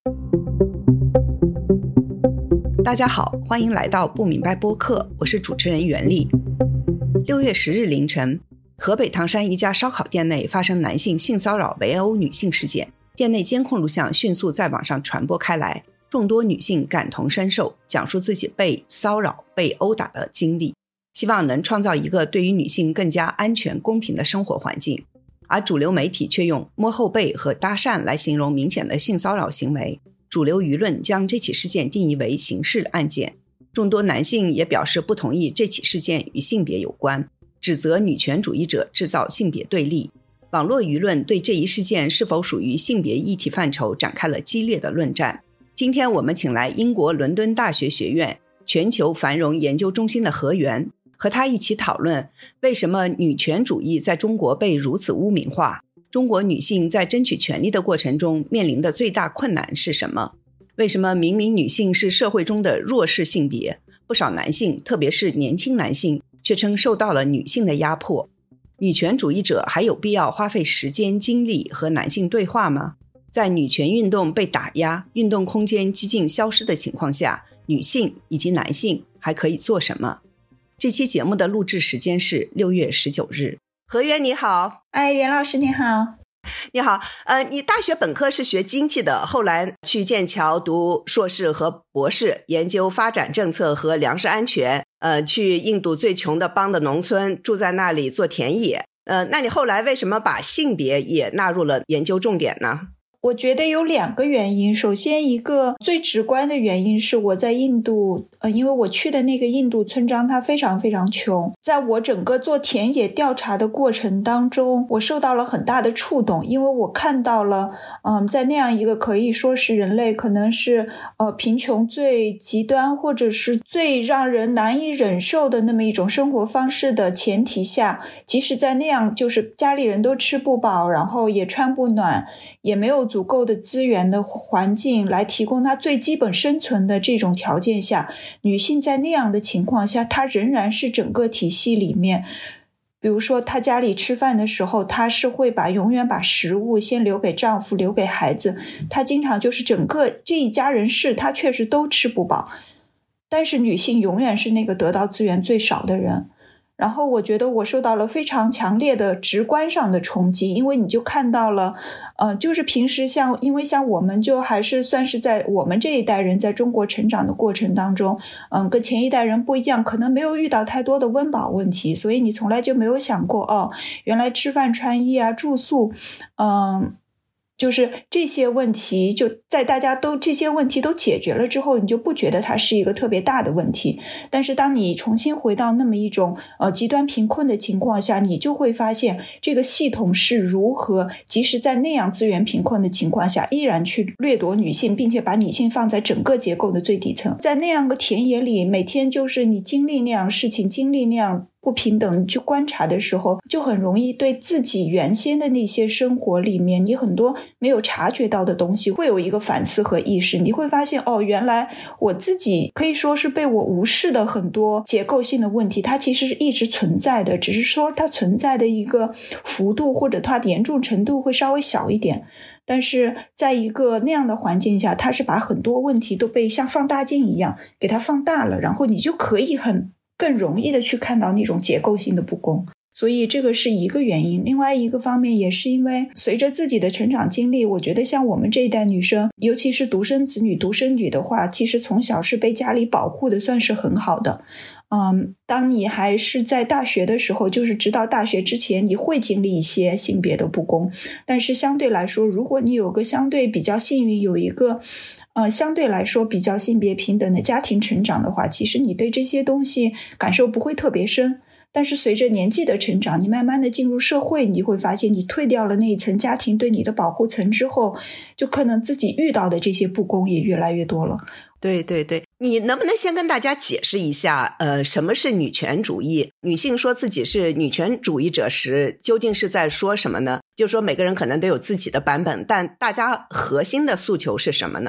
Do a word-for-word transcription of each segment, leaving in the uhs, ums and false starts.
大家好，欢迎来到不明白播客，我是主持人袁丽。六月十日凌晨，河北唐山一家烧烤店内发生男性性骚扰围殴女性事件，店内监控录像迅速在网上传播开来，众多女性感同身受，讲述自己被骚扰、被殴打的经历，希望能创造一个对于女性更加安全、公平的生活环境。而主流媒体却用摸后背和搭讪来形容明显的性骚扰行为，主流舆论将这起事件定义为刑事案件。众多男性也表示不同意这起事件与性别有关，指责女权主义者制造性别对立。网络舆论对这一事件是否属于性别议题范畴展开了激烈的论战。今天我们请来英国伦敦大学学院全球繁荣研究中心的何源，和他一起讨论为什么女权主义在中国被如此污名化，中国女性在争取权利的过程中面临的最大困难是什么？为什么明明女性是社会中的弱势性别，不少男性，特别是年轻男性，却称受到了女性的压迫？女权主义者还有必要花费时间精力和男性对话吗？在女权运动被打压、运动空间几近消失的情况下，女性以及男性还可以做什么？这期节目的录制时间是六月十九日。何源你好。 哎，袁老师你好。 你好，呃，你大学本科是学经济的，后来去剑桥读硕士和博士，研究发展政策和粮食安全，呃，去印度最穷的邦的农村，住在那里做田野。呃，那你后来为什么把性别也纳入了研究重点呢？ 我觉得有两个原因。首先一个最直观的原因是我在印度，呃，因为我去的那个印度村庄它非常非常穷，在我整个做田野调查的过程当中，我受到了很大的触动，因为我看到了嗯，在那样一个可以说是人类可能是呃贫穷最极端或者是最让人难以忍受的那么一种生活方式的前提下，即使在那样就是家里人都吃不饱，然后也穿不暖，也没有足够的资源的环境来提供她最基本生存的这种条件下，女性在那样的情况下，她仍然是整个体系里面，比如说她家里吃饭的时候，她是会把永远把食物先留给丈夫留给孩子，她经常就是整个这一家人是她确实都吃不饱，但是女性永远是那个得到资源最少的人。然后我觉得我受到了非常强烈的直观上的冲击，因为你就看到了呃，就是平时像因为像我们就还是算是在我们这一代人在中国成长的过程当中，嗯，跟前一代人不一样，可能没有遇到太多的温饱问题，所以你从来就没有想过哦，原来吃饭穿衣啊住宿嗯就是这些问题，就在大家都这些问题都解决了之后，你就不觉得它是一个特别大的问题。但是当你重新回到那么一种呃极端贫困的情况下，你就会发现这个系统是如何即使在那样资源贫困的情况下依然去掠夺女性，并且把女性放在整个结构的最底层。在那样个田野里，每天就是你经历那样事情，经历那样不平等去观察的时候，就很容易对自己原先的那些生活里面你很多没有察觉到的东西会有一个反思和意识。你会发现哦，原来我自己可以说是被我无视的很多结构性的问题，它其实是一直存在的，只是说它存在的一个幅度或者它的严重程度会稍微小一点。但是在一个那样的环境下，它是把很多问题都被像放大镜一样给它放大了，然后你就可以很更容易的去看到那种结构性的不公。所以这个是一个原因。另外一个方面也是因为随着自己的成长经历，我觉得像我们这一代女生，尤其是独生子女独生女的话，其实从小是被家里保护的算是很好的。嗯，当你还是在大学的时候，就是直到大学之前，你会经历一些性别的不公，但是相对来说，如果你有个相对比较幸运，有一个呃相对来说比较性别平等的家庭成长的话，其实你对这些东西感受不会特别深。但是随着年纪的成长，你慢慢的进入社会，你会发现你退掉了那一层家庭对你的保护层之后，就可能自己遇到的这些不公也越来越多了。 对对对，你能不能先跟大家解释一下呃，什么是女权主义？女性说自己是女权主义者时究竟是在说什么呢？就是说每个人可能都有自己的版本，但大家核心的诉求是什么呢？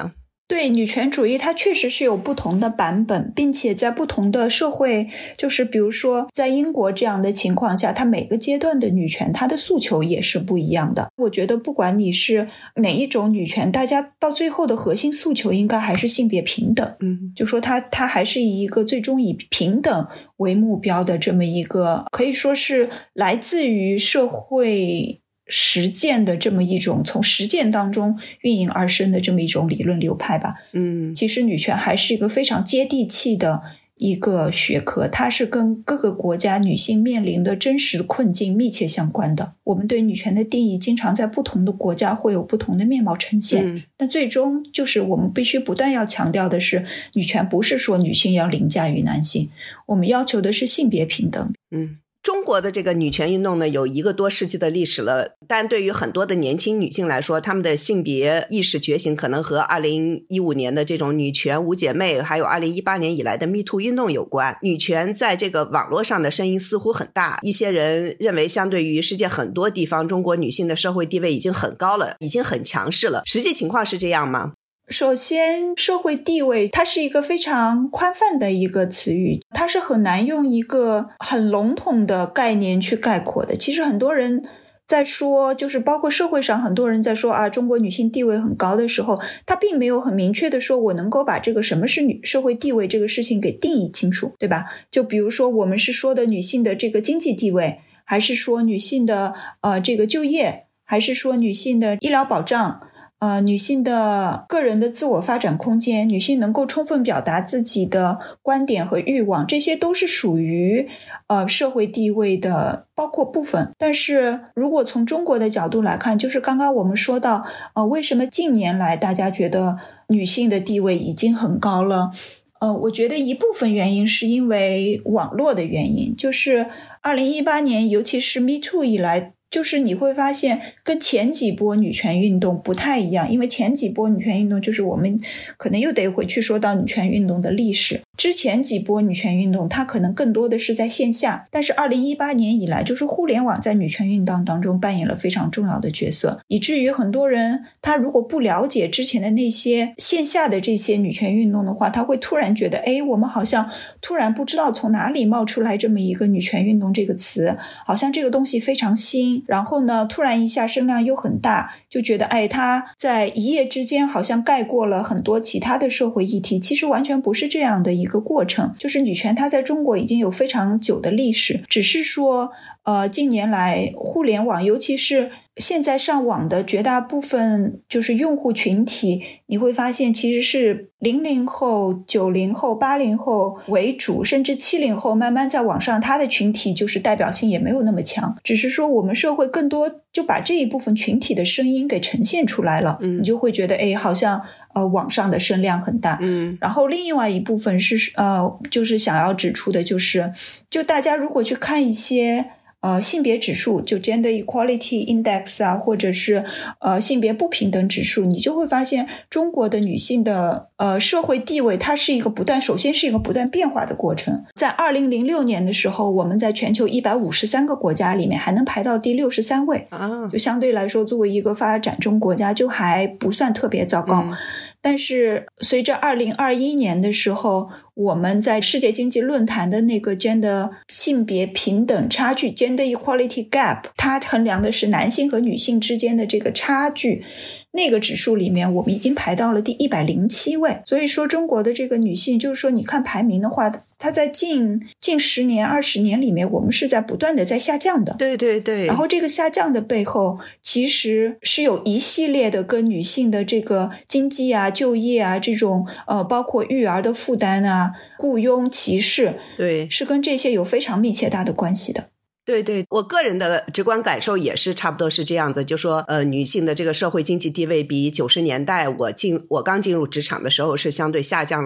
对，女权主义它确实是有不同的版本，并且在不同的社会，就是比如说在英国这样的情况下，它每个阶段的女权它的诉求也是不一样的。我觉得不管你是哪一种女权，大家到最后的核心诉求应该还是性别平等。 嗯， 就说它它还是以一个最终以平等为目标的这么一个，可以说是来自于社会实践的这么一种从实践当中运营而生的这么一种理论流派吧。 嗯， 其实女权还是一个非常接地气的一个学科，它是跟各个国家女性面临的真实困境密切相关的。我们对女权的定义经常在不同的国家会有不同的面貌呈现，嗯，但最终就是我们必须不断要强调的是，女权不是说女性要凌驾于男性，我们要求的是性别平等。 嗯，中国的这个女权运动呢，有一个多世纪的历史了，但对于很多的年轻女性来说，她们的性别意识觉醒可能和二零一五年的这种女权五姐妹，还有二零一八年以来的 Me Too 运动有关。女权在这个网络上的声音似乎很大，一些人认为相对于世界很多地方，中国女性的社会地位已经很高了，已经很强势了。实际情况是这样吗？ 首先，社会地位它是一个非常宽泛的一个词语，它是很难用一个很笼统的概念去概括的。其实很多人在说，就是包括社会上很多人在说啊，中国女性地位很高的时候，他并没有很明确的说我能够把这个什么是女社会地位这个事情给定义清楚，对吧？就比如说我们是说的女性的这个经济地位，还是说女性的呃这个就业，还是说女性的医疗保障，呃，女性的个人的自我发展空间，女性能够充分表达自己的观点和欲望，这些都是属于呃社会地位的包括部分。但是如果从中国的角度来看，就是刚刚我们说到呃，为什么近年来大家觉得女性的地位已经很高了，呃，我觉得一部分原因是因为网络的原因，就是二零一八年尤其是 Me Too 以来，就是你会发现跟前几波女权运动不太一样，因为前几波女权运动就是我们可能又得回去说到女权运动的历史，之前几波女权运动它可能更多的是在线下，但是二零一八年以来，就是互联网在女权运动当中扮演了非常重要的角色，以至于很多人他如果不了解之前的那些线下的这些女权运动的话，他会突然觉得诶，我们好像突然不知道从哪里冒出来这么一个女权运动这个词，好像这个东西非常新，然后呢突然一下声量又很大，就觉得哎，它在一夜之间好像盖过了很多其他的社会议题。其实完全不是这样的一个过程，就是女权它在中国已经有非常久的历史，只是说呃，近年来互联网尤其是现在上网的绝大部分就是用户群体，你会发现其实是零零后、九零后、八零后为主，甚至七零后慢慢在网上它的群体就是代表性也没有那么强，只是说我们社会更多就把这一部分群体的声音给呈现出来了，嗯，你就会觉得哎，好像呃网上的声量很大，嗯，然后另外一部分是呃就是想要指出的就是就大家如果去看一些呃，性别指数，就 Gender Equality Index 啊，或者是呃性别不平等指数，你就会发现中国的女性的呃社会地位，它是一个不断，首先是一个不断变化的过程。在二零零六年的时候，我们在全球一百五十三个国家里面还能排到第六十三位，啊，就相对来说，作为一个发展中国家，就还不算特别糟糕。嗯，但是随着二零二一年的时候，我们在世界经济论坛的那个 gender 性别平等差距 gender equality gap， 它衡量的是男性和女性之间的这个差距，那个指数里面我们已经排到了第一百零七位。所以说中国的这个女性，就是说你看排名的话，它在近近十年二十年里面，我们是在不断的在下降的。 对对对。 然后这个下降的背后其实是有一系列的跟女性的这个经济啊、就业啊这种呃包括育儿的负担啊、雇佣歧视， 对， 是跟这些有非常密切大的关系的。 对对，我个人的直观感受也是差不多是这样子，就说呃，女性的这个社会经济地位比九十年代我进我刚进入职场的时候是相对下降了的。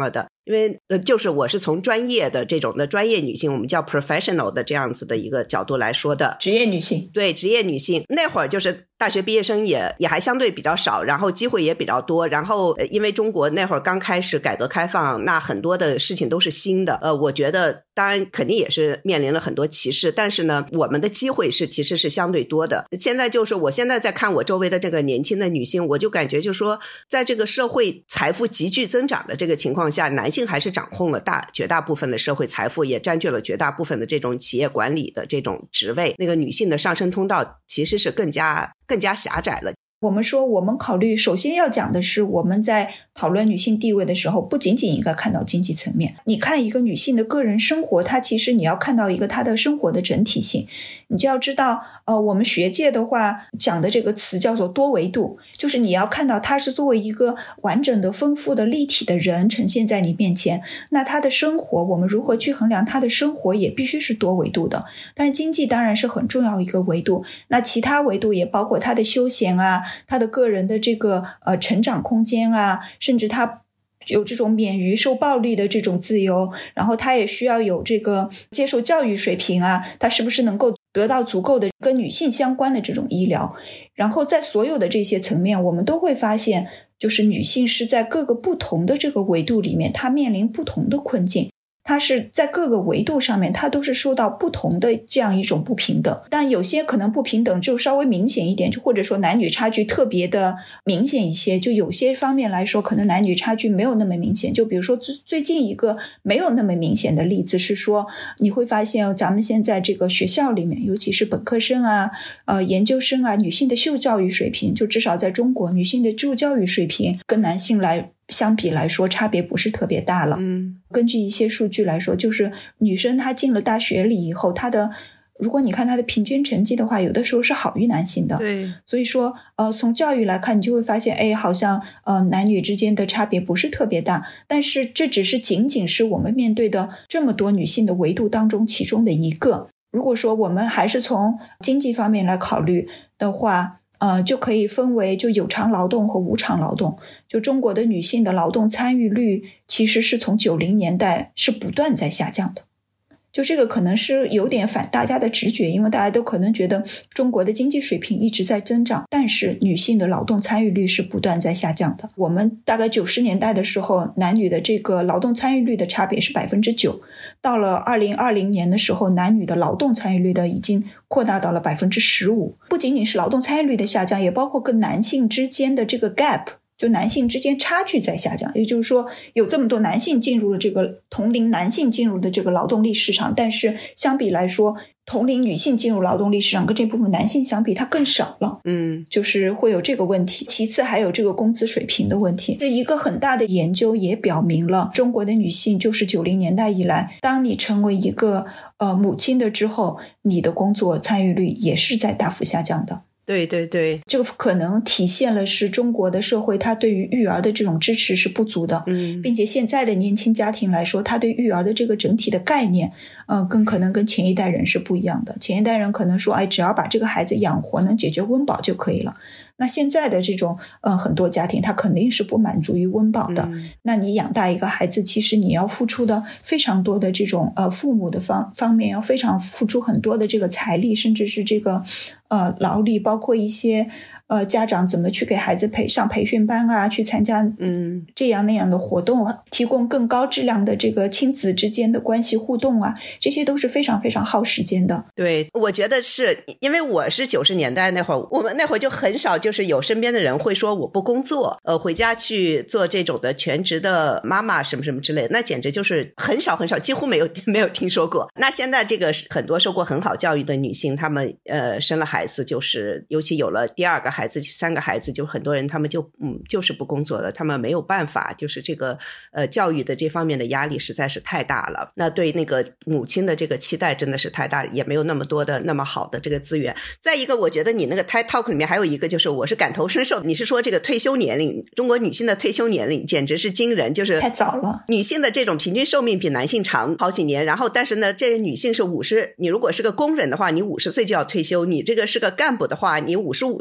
因为呃，就是我是从专业的这种的专业女性，我们叫 professional 的这样子的一个角度来说的。 职业女性。 对，职业女性。那会儿就是大学毕业生也也还相对比较少，然后机会也比较多，然后、呃、因为中国那会儿刚开始改革开放，那很多的事情都是新的，呃，我觉得当然肯定也是面临了很多歧视，但是呢，我们的机会是其实是相对多的。现在就是我现在在看我周围的这个年轻的女性，我就感觉就是说，在这个社会财富急剧增长的这个情况下，男性还是掌控了大绝大部分的社会财富，也占据了绝大部分的这种企业管理的这种职位，那个女性的上升通道其实是更加更加狭窄了。 我们说我们考虑首先要讲的是，我们在讨论女性地位的时候，不仅仅应该看到经济层面。你看一个女性的个人生活，它其实你要看到一个她的生活的整体性。你就要知道呃，我们学界的话讲的这个词叫做多维度，就是你要看到她是作为一个完整的丰富的立体的人呈现在你面前，那她的生活我们如何去衡量她的生活也必须是多维度的。但是经济当然是很重要一个维度，那其他维度也包括她的休闲啊，他的个人的这个呃成长空间啊，甚至他有这种免于受暴力的这种自由，然后他也需要有这个接受教育水平啊，他是不是能够得到足够的跟女性相关的这种医疗。然后在所有的这些层面，我们都会发现，就是女性是在各个不同的这个维度里面，她面临不同的困境。它是在各个维度上面，它都是受到不同的这样一种不平等，但有些可能不平等就稍微明显一点，就或者说男女差距特别的明显一些，就有些方面来说可能男女差距没有那么明显。就比如说最最近一个没有那么明显的例子是说，你会发现咱们现在这个学校里面，尤其是本科生啊、呃研究生啊，女性的受教育水平，就至少在中国，女性的受教育水平跟男性来相比来说差别不是特别大了。 嗯， 根据一些数据来说，就是女生她进了大学里以后，她的如果你看她的平均成绩的话，有的时候是好于男性的。 对， 所以说呃，从教育来看，你就会发现哎，好像呃男女之间的差别不是特别大，但是这只是仅仅是我们面对的这么多女性的维度当中其中的一个。如果说我们还是从经济方面来考虑的话，呃，就可以分为就有偿劳动和无偿劳动。就中国的女性的劳动参与率其实是从九零年代是不断在下降的。就这个可能是有点反大家的直觉，因为大家都可能觉得中国的经济水平一直在增长，但是女性的劳动参与率是不断在下降的。我们大概九十年代的时候，男女的这个劳动参与率的差别是 百分之九， 到了二零二零年的时候，男女的劳动参与率的已经扩大到了 百分之十五。 不仅仅是劳动参与率的下降，也包括跟男性之间的这个 gap，就男性之间差距在下降。也就是说有这么多男性进入了这个同龄男性进入的这个劳动力市场，但是相比来说同龄女性进入劳动力市场跟这部分男性相比它更少了。 嗯， 就是会有这个问题。其次还有这个工资水平的问题。这一个很大的研究也表明了，中国的女性就是九零年代以来，当你成为一个呃母亲的之后，你的工作参与率也是在大幅下降的。 对对对， 这个可能体现了是中国的社会它对于育儿的这种支持是不足的， 嗯， 并且现在的年轻家庭来说，他对育儿的这个整体的概念呃，跟可能跟前一代人是不一样的。前一代人可能说哎，只要把这个孩子养活能解决温饱就可以了。那现在的这种呃很多家庭他肯定是不满足于温饱的、嗯、那你养大一个孩子，其实你要付出的非常多的这种呃父母的方方面要非常付出很多的这个财力，甚至是这个呃劳力，包括一些呃家长怎么去给孩子培上培训班啊，去参加嗯这样那样的活动啊，提供更高质量的这个亲子之间的关系互动啊，这些都是非常非常耗时间的。 对，我觉得是因为我是九十年代那会儿，我们那会儿就很少就是有身边的人会说我不工作呃，回家去做这种的全职的妈妈什么什么之类的，那简直就是很少很少，几乎没有没有听说过。那现在这个很多受过很好教育的女性，她们呃生了孩子，就是尤其有了第二个孩子三个孩子，就很多人他们就嗯就是不工作了，他们没有办法，就是这个呃教育的这方面的压力实在是太大了，那对那个母亲的这个期待真的是太大，也没有那么多的那么好的这个资源。再一个我觉得你那个 TED Talk 里面还有一个就是我是感同身受，你是说这个退休年龄，中国女性的退休年龄简直是惊人，就是太早了， 女性的这种平均寿命比男性长好几年，然后但是呢这女性是五十，你如果是个工人的话你五十岁就要退休，你这个是个干部的话你五十五岁退休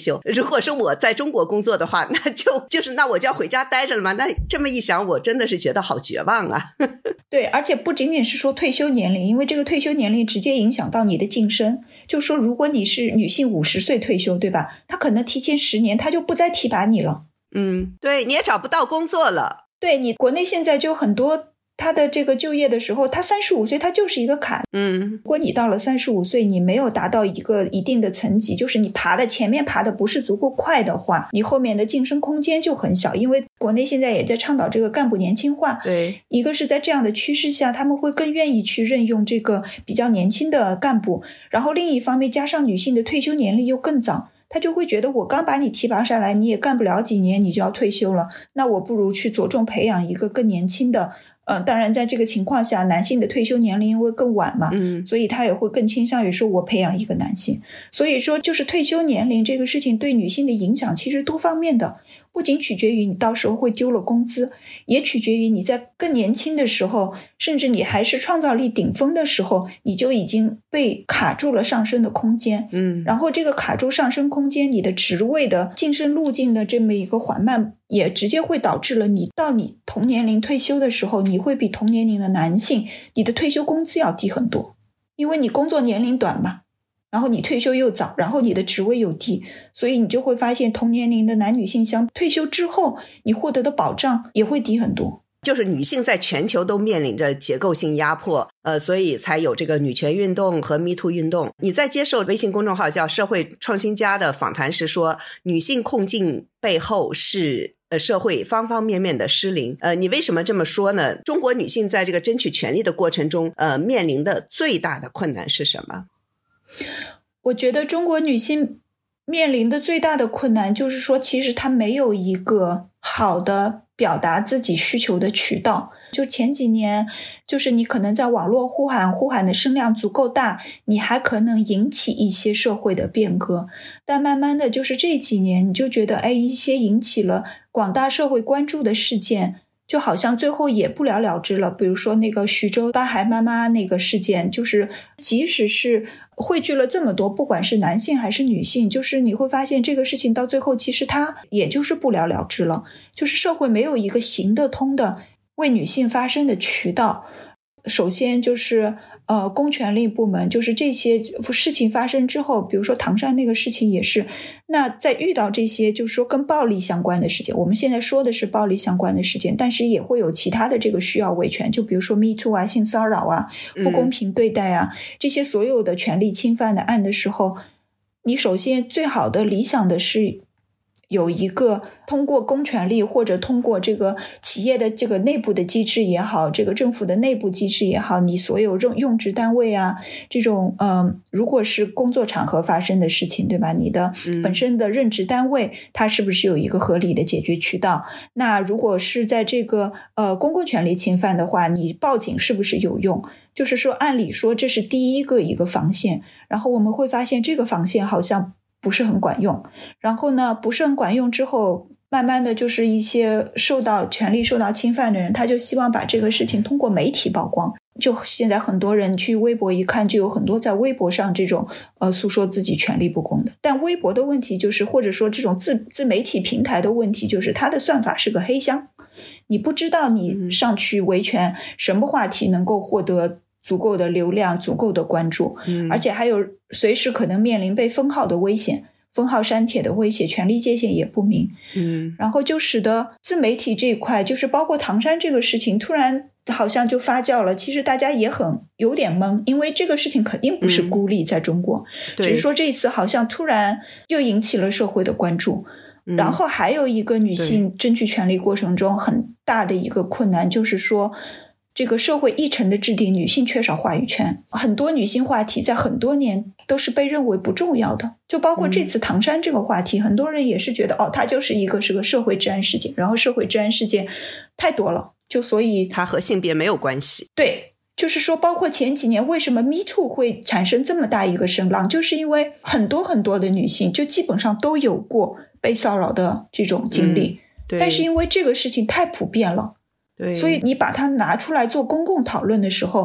休。如果是我在中国工作的话，那就就是那我就要回家待着了嘛。那这么一想，我真的是觉得好绝望啊。 对，而且不仅仅是说退休年龄，因为这个退休年龄直接影响到你的晋升。就说如果你是女性五十岁退休，对吧？她可能提前十年，她就不再提拔你了。 嗯，对，你也找不到工作了。 对，你国内现在就很多他的这个就业的时候，他三十五岁他就是一个坎。 嗯， 如果你到了三十五岁，你没有达到一个一定的层级，就是你爬的前面爬的不是足够快的话，你后面的晋升空间就很小。因为国内现在也在倡导这个干部年轻化， 对， 一个是在这样的趋势下，他们会更愿意去任用这个比较年轻的干部，然后另一方面加上女性的退休年龄又更早，他就会觉得我刚把你提拔上来，你也干不了几年，你就要退休了，那我不如去着重培养一个更年轻的。呃，当然在这个情况下，男性的退休年龄会更晚嘛， 嗯， 所以他也会更倾向于说我培养一个男性。所以说就是退休年龄这个事情对女性的影响其实多方面的，不仅取决于你到时候会丢了工资，也取决于你在更年轻的时候，甚至你还是创造力顶峰的时候，你就已经被卡住了上升的空间。 嗯， 然后这个卡住上升空间，你的职位的晋升路径的这么一个缓慢，也直接会导致了你到你同年龄退休的时候，你会比同年龄的男性你的退休工资要低很多，因为你工作年龄短嘛，然后你退休又早，然后你的职位又低，所以你就会发现同年龄的男女性相退休之后你获得的保障也会低很多。 就是女性在全球都面临着结构性压迫，呃，所以才有这个女权运动和 Me Too 运动。你在接受微信公众号叫社会创新家的访谈时说，女性困境背后是呃社会方方面面的失灵。呃，你为什么这么说呢？中国女性在这个争取权利的过程中，呃，面临的最大的困难是什么？ 我觉得中国女性面临的最大的困难就是说，其实她没有一个好的表达自己需求的渠道。就前几年，就是你可能在网络呼喊，呼喊的声量足够大，你还可能引起一些社会的变革。但慢慢的就是这几年，你就觉得，哎，一些引起了广大社会关注的事件，就好像最后也不了了之了。比如说那个徐州八孩妈妈那个事件，就是即使是汇聚了这么多，不管是男性还是女性，就是你会发现这个事情到最后其实它也就是不了了之了，就是社会没有一个行得通的为女性发声的渠道。首先就是呃，公权力部门，就是这些事情发生之后，比如说唐山那个事情也是，那在遇到这些就是说跟暴力相关的事件，我们现在说的是暴力相关的事件，但是也会有其他的这个需要维权，就比如说 Me Too 啊、性骚扰啊、不公平对待啊、嗯、这些所有的权利侵犯的案的时候，你首先最好的理想的是有一个通过公权力或者通过这个企业的这个内部的机制也好，这个政府的内部机制也好，你所有用用职单位啊，这种呃，如果是工作场合发生的事情，对吧？你的本身的任职单位、嗯、它是不是有一个合理的解决渠道？那如果是在这个呃公共权力侵犯的话，你报警是不是有用？就是说按理说这是第一个一个防线，然后我们会发现这个防线好像不是很管用，然后呢不是很管用之后，慢慢的就是一些受到权利受到侵犯的人，他就希望把这个事情通过媒体曝光。就现在很多人去微博一看，就有很多在微博上这种呃诉说自己权利不公的。但微博的问题就是，或者说这种自自媒体平台的问题就是，它的算法是个黑箱，你不知道你上去维权什么话题能够获得足够的流量足够的关注、嗯、而且还有随时可能面临被封号的危险，封号删帖的威胁，权利界限也不明。嗯，然后就使得自媒体这一块，就是包括唐山这个事情突然好像就发酵了，其实大家也很有点懵，因为这个事情肯定不是孤立在中国、嗯、只是说这一次好像突然又引起了社会的关注、嗯、然后还有一个女性争取权利过程中很大的一个困难，就是说这个社会议程的制定，女性缺少话语权，很多女性话题在很多年都是被认为不重要的，就包括这次唐山这个话题、嗯、很多人也是觉得哦，它就是一个是个社会治安事件，然后社会治安事件太多了，就所以它和性别没有关系。 对，就是说包括前几年为什么 Me Too 会产生这么大一个声浪，就是因为很多很多的女性就基本上都有过被骚扰的这种经历、嗯、对，但是因为这个事情太普遍了，对，所以你把它拿出来做公共讨论的时候，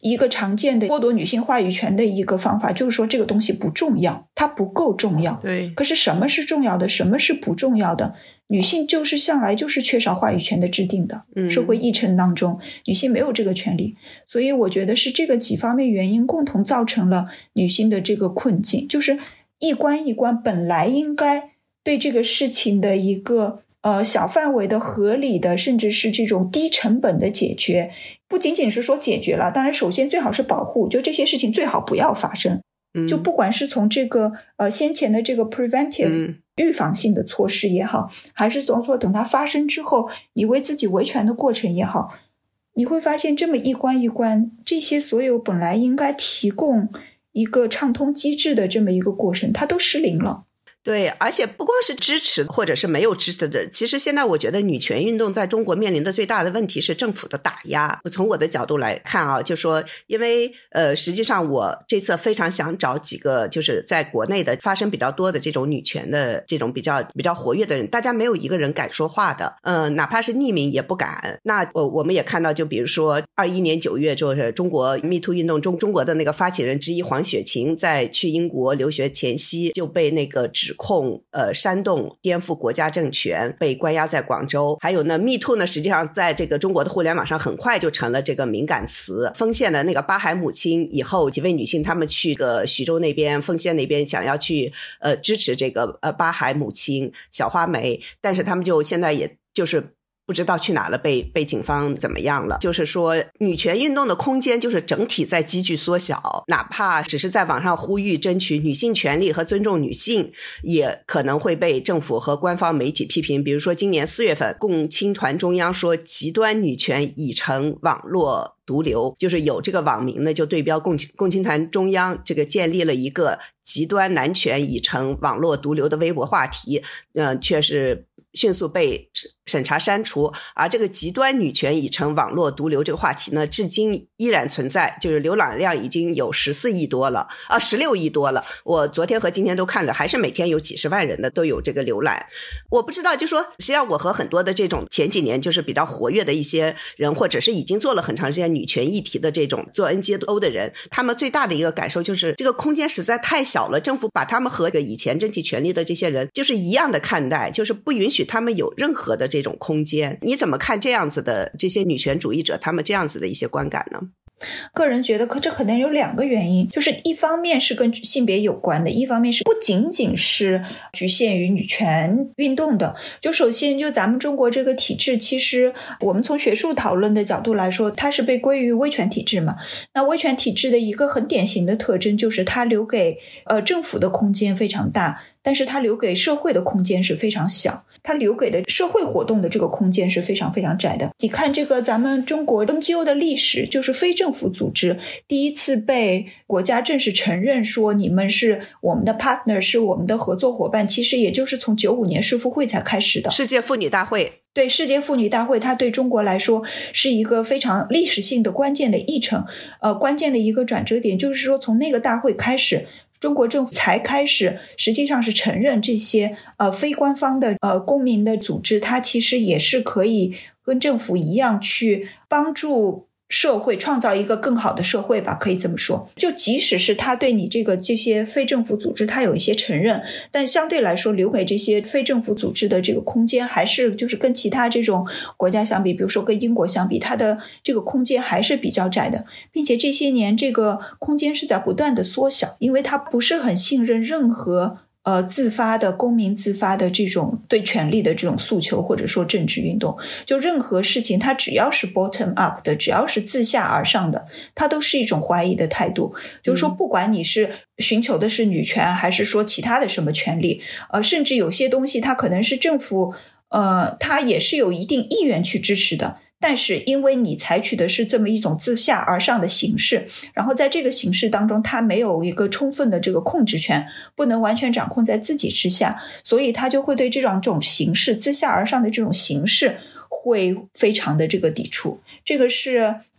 一个常见的剥夺女性话语权的一个方法，就是说这个东西不重要，它不够重要。 对。 可是什么是重要的，什么是不重要的？女性就是向来就是缺少话语权的制定的， 嗯、 社会议程当中女性没有这个权利，所以我觉得是这个几方面原因共同造成了女性的这个困境，就是一关一关本来应该对这个事情的一个呃小范围的合理的甚至是这种低成本的解决，不仅仅是说解决了，当然首先最好是保护，就这些事情最好不要发生。就不管是从这个呃先前的这个 preventive 预防性的措施也好，还是从说等它发生之后你为自己维权的过程也好，你会发现这么一关一关，这些所有本来应该提供一个畅通机制的这么一个过程它都失灵了。 对，而且不光是支持或者是没有支持的人，其实现在我觉得女权运动在中国面临的最大的问题是政府的打压。从我的角度来看啊，就说因为呃，实际上我这次非常想找几个就是在国内的发生比较多的这种女权的这种比较比较活跃的人，大家没有一个人敢说话的，呃，哪怕是匿名也不敢。那我我们也看到，就比如说二一年九月，就是中国 Me Too 运动中中国的那个发起人之一黄雪晴，在去英国留学前夕就被那个指控呃煽动颠覆国家政权，被关押在广州。还有呢 Me Too 呢，实际上在这个中国的互联网上很快就成了这个敏感词。丰县的那个巴海母亲以后，几位女性她们去个徐州那边丰县那边想要去呃支持这个呃巴海母亲小花梅，但是她们就现在也就是不知道去哪了，被被警方怎么样了。就是说女权运动的空间就是整体在急剧缩小，哪怕只是在网上呼吁争取女性权利和尊重女性，也可能会被政府和官方媒体批评。比如说今年四月份共青团中央说极端女权已成网络毒瘤，就是有这个网民呢就对标共共青团中央这个建立了一个极端男权已成网络毒瘤的微博话题，呃，却是迅速被审查删除。而这个极端女权已成网络毒瘤这个话题呢，至今依然存在，就是浏览量已经有十四亿多了啊，十六亿多了。我昨天和今天都看了，还是每天有几十万人的都有这个浏览。我不知道，就说实际上我和很多的这种前几年就是比较活跃的一些人，或者是已经做了很长时间女权议题的这种做 N G O 的人，他们最大的一个感受就是这个空间实在太小了，政府把他们和以前争取权利的这些人就是一样的看待，就是不允许他们有任何的这种空间。你怎么看这样子的这些女权主义者他们这样子的一些观感呢？ 个人觉得可这可能有两个原因，就是一方面是跟性别有关的，一方面是不仅仅是局限于女权运动的。就首先就咱们中国这个体制，其实我们从学术讨论的角度来说，它是被归于威权体制嘛。那威权体制的一个很典型的特征就是它留给呃政府的空间非常大，但是它留给社会的空间是非常小，它留给的社会活动的这个空间是非常非常窄的。你看这个咱们中国 N G O 的历史，就是非政府组织第一次被国家正式承认说你们是我们的 partner， 是我们的合作伙伴，其实也就是从九五年世妇会才开始的世界妇女大会。 对，世界妇女大会它对中国来说是一个非常历史性的关键的议程，呃，关键的一个转折点，就是说从那个大会开始，中国政府才开始实际上是承认这些呃非官方的呃公民的组织，它其实也是可以跟政府一样去帮助社会创造一个更好的社会吧，可以这么说。就即使是他对你这个这些非政府组织他有一些承认，但相对来说留给这些非政府组织的这个空间还是就是跟其他这种国家相比，比如说跟英国相比，它的这个空间还是比较窄的，并且这些年这个空间是在不断的缩小，因为它不是很信任任何呃，自发的公民自发的这种对权力的这种诉求，或者说政治运动，就任何事情它只要是 bottom up 的，只要是自下而上的，它都是一种怀疑的态度。就是说不管你是寻求的是女权还是说其他的什么权利，呃，甚至有些东西它可能是政府呃，它也是有一定意愿去支持的，但是因为你采取的是这么一种自下而上的形式，然后在这个形式当中它没有一个充分的这个控制权，不能完全掌控在自己之下，所以它就会对这种这种形式自下而上的这种形式会非常的这个抵触。这个是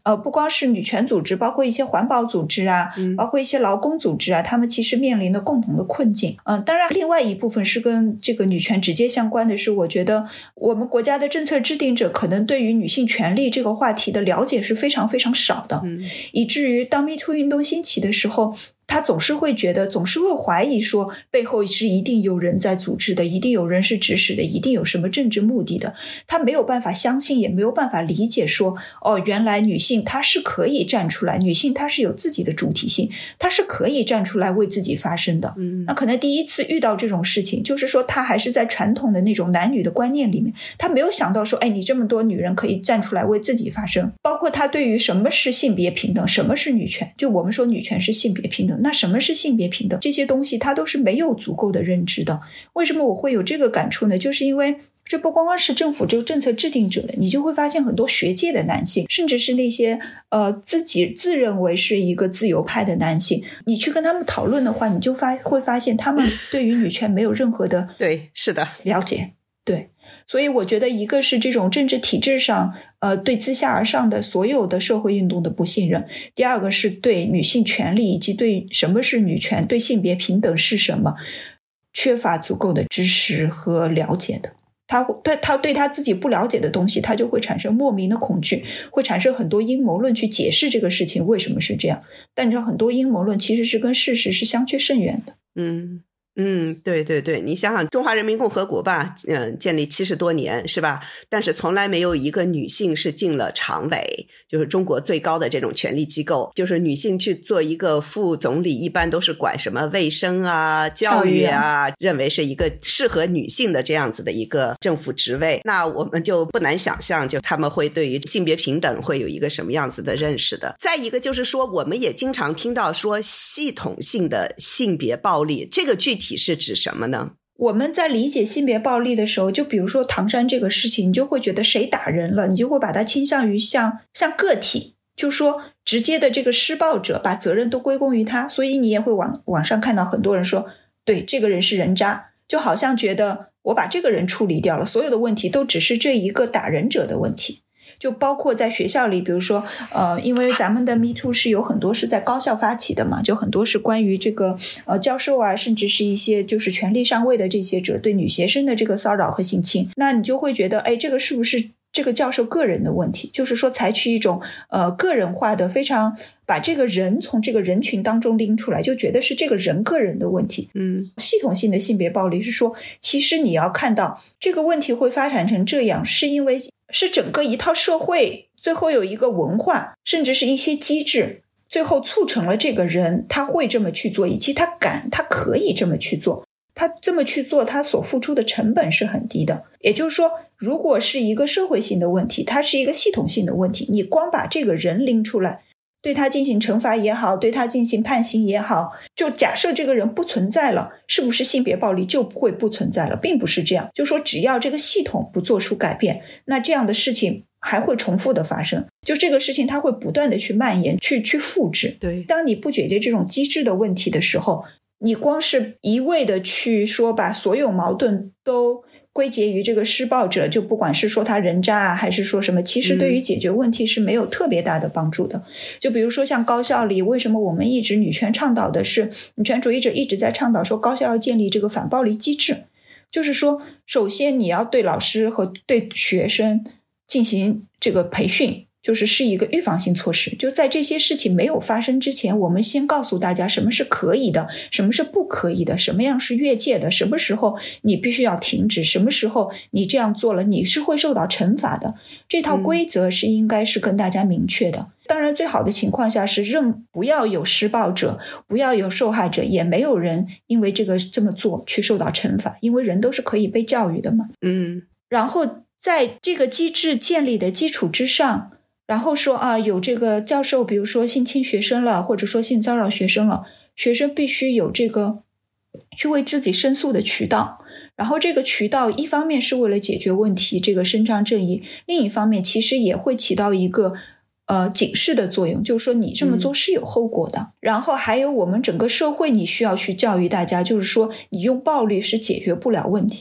呃，不光是女权组织，包括一些环保组织啊， 嗯、 包括一些劳工组织啊，他们其实面临的共同的困境。嗯、呃，当然另外一部分是跟这个女权直接相关的是，我觉得我们国家的政策制定者可能对于女性权利这个话题的了解是非常非常少的， 嗯、 以至于当 Me Too 运动兴起的时候，他总是会觉得，总是会怀疑说背后是一定有人在组织的，一定有人是指使的，一定有什么政治目的的。他没有办法相信，也没有办法理解说，哦，原来女性她是可以站出来，女性她是有自己的主体性，她是可以站出来为自己发声的。 嗯， 那可能第一次遇到这种事情，就是说她还是在传统的那种男女的观念里面，她没有想到说，哎，你这么多女人可以站出来为自己发声。包括她对于什么是性别平等，什么是女权，就我们说女权是性别平等，那什么是性别平等，这些东西她都是没有足够的认知的。为什么我会有这个感触呢？就是因为这不光光是政府这个政策制定者的，你就会发现很多学界的男性，甚至是那些呃自己自认为是一个自由派的男性，你去跟他们讨论的话，你就发会发现他们对于女权没有任何的对，是的， 了解。对，所以我觉得一个是这种政治体制上呃对自下而上的所有的社会运动的不信任，第二个是对女性权利以及对什么是女权，对性别平等是什么缺乏足够的知识和了解的。他对他对他自己不了解的东西，他就会产生莫名的恐惧，会产生很多阴谋论去解释这个事情为什么是这样。但你知道很多阴谋论其实是跟事实是相去甚远的。 嗯嗯，对对对，你想想中华人民共和国吧，嗯，建立七十多年是吧？但是从来没有一个女性是进了常委，就是中国最高的这种权力机构。就是女性去做一个副总理，一般都是管什么卫生啊、教育啊，认为是一个适合女性的这样子的一个政府职位。那我们就不难想象，就他们会对于性别平等会有一个什么样子的认识的。再一个就是说，我们也经常听到说系统性的性别暴力，这个具体体是指什么呢？ 我们在理解性别暴力的时候，就比如说唐山这个事情，你就会觉得谁打人了，你就会把它倾向于像像个体，就说直接的这个施暴者把责任都归功于他，所以你也会网网上看到很多人说，对，这个人是人渣，就好像觉得我把这个人处理掉了，所有的问题都只是这一个打人者的问题。就包括在学校里，比如说呃，因为咱们的 Me Too 是有很多是在高校发起的嘛，就很多是关于这个呃教授啊，甚至是一些就是权力上位的这些者对女学生的这个骚扰和性侵，那你就会觉得，哎，这个是不是这个教授个人的问题？就是说采取一种呃个人化的，非常把这个人从这个人群当中拎出来，就觉得是这个人个人的问题。 嗯， 系统性的性别暴力是说，其实你要看到这个问题会发展成这样，是因为是整个一套社会最后有一个文化，甚至是一些机制，最后促成了这个人他会这么去做，以及他敢他可以这么去做，他这么去做他所付出的成本是很低的。也就是说，如果是一个社会性的问题，它是一个系统性的问题，你光把这个人拎出来对他进行惩罚也好，对他进行判刑也好，就假设这个人不存在了，是不是性别暴力就会不存在了？并不是这样，就说只要这个系统不做出改变，那这样的事情还会重复的发生，就这个事情它会不断的去蔓延，去去复制。 对， 当你不解决这种机制的问题的时候，你光是一味的去说把所有矛盾都归结于这个施暴者，就不管是说他人渣啊，还是说什么，其实对于解决问题是没有特别大的帮助的。嗯、就比如说像高校里，为什么我们一直女权倡导的是，女权主义者一直在倡导说高校要建立这个反暴力机制，就是说首先你要对老师和对学生进行这个培训，就是是一个预防性措施，就在这些事情没有发生之前，我们先告诉大家什么是可以的，什么是不可以的，什么样是越界的，什么时候你必须要停止，什么时候你这样做了你是会受到惩罚的，这套规则是应该是跟大家明确的。嗯、当然最好的情况下是任不要有施暴者，不要有受害者，也没有人因为这个这么做去受到惩罚，因为人都是可以被教育的嘛。 嗯， 然后在这个机制建立的基础之上，然后说啊，有这个教授比如说性侵学生了，或者说性骚扰学生了，学生必须有这个去为自己申诉的渠道，然后这个渠道一方面是为了解决问题，这个伸张正义，另一方面其实也会起到一个呃警示的作用，就是说你这么做是有后果的。嗯、然后还有我们整个社会你需要去教育大家，就是说你用暴力是解决不了问题的，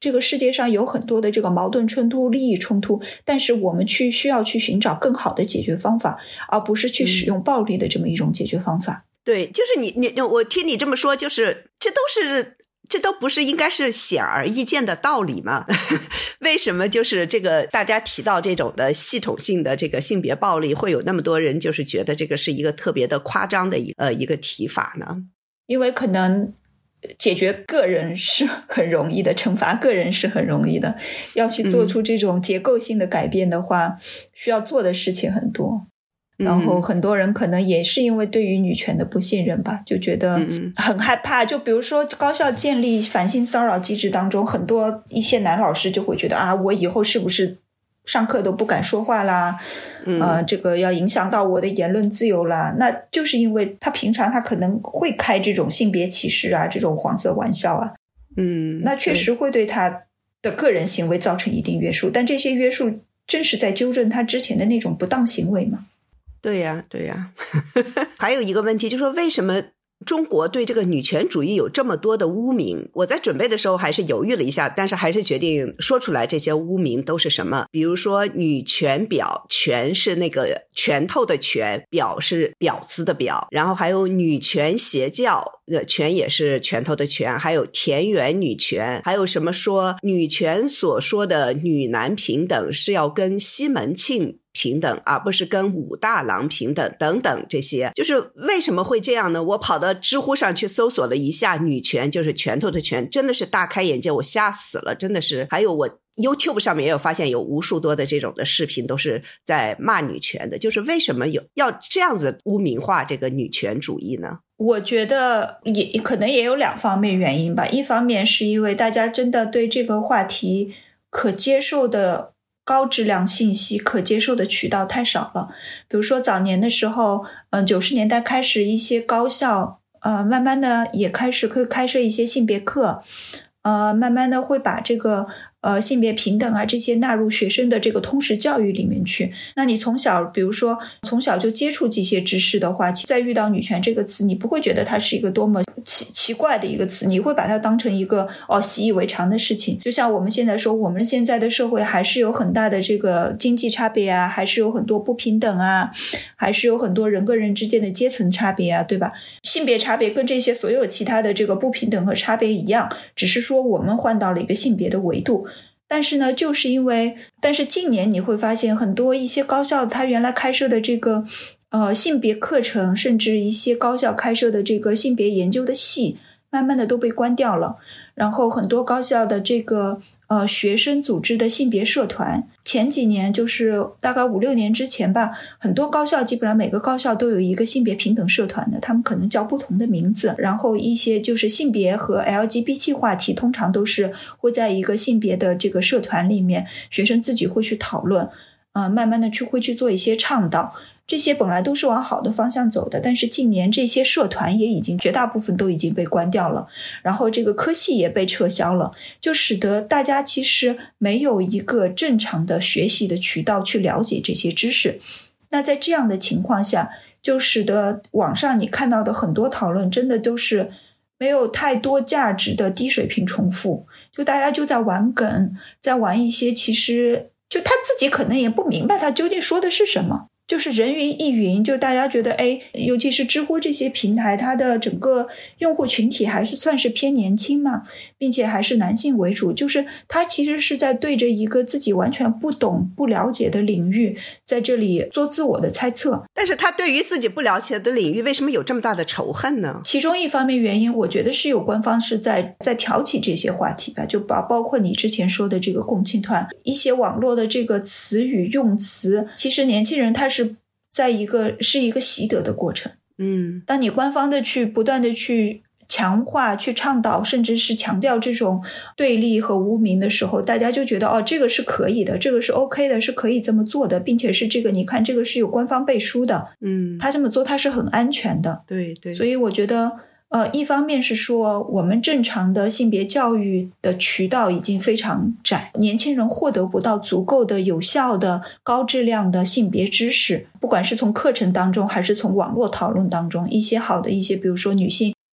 这个世界上有很多的这个矛盾冲突、利益冲突，但是我们去需要去寻找更好的解决方法，而不是去使用暴力的这么一种解决方法。 嗯、对，就是你你我听你这么说，就是这都是这都不是应该是显而易见的道理吗？为什么就是这个大家提到这种的系统性的这个性别暴力，会有那么多人就是觉得这个是一个特别的夸张的一呃一个提法呢？ 因为可能解决个人是很容易的，惩罚个人是很容易的，要去做出这种结构性的改变的话、嗯、需要做的事情很多。然后很多人可能也是因为对于女权的不信任吧，就觉得很害怕。就比如说高校建立反性骚扰机制当中，很多一些男老师就会觉得啊，我以后是不是上课都不敢说话啦， 嗯、 呃，这个要影响到我的言论自由啦。那就是因为他平常他可能会开这种性别歧视啊，这种黄色玩笑啊， 嗯， 那确实会对他的个人行为造成一定约束，但这些约束正是在纠正他之前的那种不当行为嘛。 对呀，对呀。还有一个问题就是说，为什么中国对这个女权主义有这么多的污名？我在准备的时候还是犹豫了一下，但是还是决定说出来这些污名都是什么。比如说女权婊，权是那个拳头的拳，婊是婊子的婊，然后还有女权邪教，呃，权也是拳头的拳，还有田园女权，还有什么说女权所说的女男平等是要跟西门庆平等，而不是跟武大郎平等等等，这些就是为什么会这样呢？我跑到知乎上去搜索了一下女权，就是拳头的拳，真的是大开眼界，我吓死了，真的是。还有我 YouTube 上面也有发现有无数多的这种的视频都是在骂女权的，就是为什么有要这样子污名化这个女权主义呢？ 我觉得也可能也有两方面原因吧。一方面是因为大家真的对这个话题可接受的高质量信息可接受的渠道太少了。比如说早年的时候，嗯，九十年代开始一些高校呃，慢慢的也开始会开设一些性别课，呃，慢慢的会把这个呃性别平等啊这些纳入学生的这个通识教育里面去。那你从小比如说从小就接触这些知识的话，再遇到女权这个词，你不会觉得它是一个多么奇奇怪的一个词，你会把它当成一个哦习以为常的事情。就像我们现在说，我们现在的社会还是有很大的这个经济差别啊，还是有很多不平等啊，还是有很多人跟人之间的阶层差别啊，对吧？性别差别跟这些所有其他的这个不平等和差别一样，只是说我们换到了一个性别的维度。但是呢，就是因为但是近年你会发现很多一些高校它原来开设的这个呃性别课程，甚至一些高校开设的这个性别研究的系慢慢的都被关掉了。然后很多高校的这个呃学生组织的性别社团，前几年就是大概五六年之前吧，很多高校基本上每个高校都有一个性别平等社团的，他们可能叫不同的名字。然后一些就是性别和 L G B T 话题通常都是会在一个性别的这个社团里面，学生自己会去讨论，呃，慢慢的去会去做一些倡导。这些本来都是往好的方向走的，但是近年这些社团也已经绝大部分都已经被关掉了，然后这个科系也被撤销了，就使得大家其实没有一个正常的学习的渠道去了解这些知识。那在这样的情况下，就使得网上你看到的很多讨论真的都是没有太多价值的低水平重复，就大家就在玩梗，在玩一些其实就他自己可能也不明白他究竟说的是什么，就是人云亦云。就大家觉得哎，尤其是知乎这些平台，它的整个用户群体还是算是偏年轻嘛，并且还是男性为主，就是他其实是在对着一个自己完全不懂不了解的领域在这里做自我的猜测。 但是他对于自己不了解的领域为什么有这么大的仇恨呢？ 其中一方面原因我觉得是有官方是在在挑起这些话题吧，就包包括你之前说的这个共青团，一些网络的这个词语用词，其实年轻人他是在一个是一个习得的过程。 嗯， 当你官方的去不断的去强化去倡导甚至是强调这种对立和污名的时候，大家就觉得哦，这个是可以的，这个是 OK 的，是可以这么做的，并且是这个你看这个是有官方背书的， 嗯， 他这么做他是很安全的。 对对， 所以我觉得呃，一方面是说我们正常的性别教育的渠道已经非常窄，年轻人获得不到足够的有效的高质量的性别知识，不管是从课程当中还是从网络讨论当中，一些好的一些比如说女性女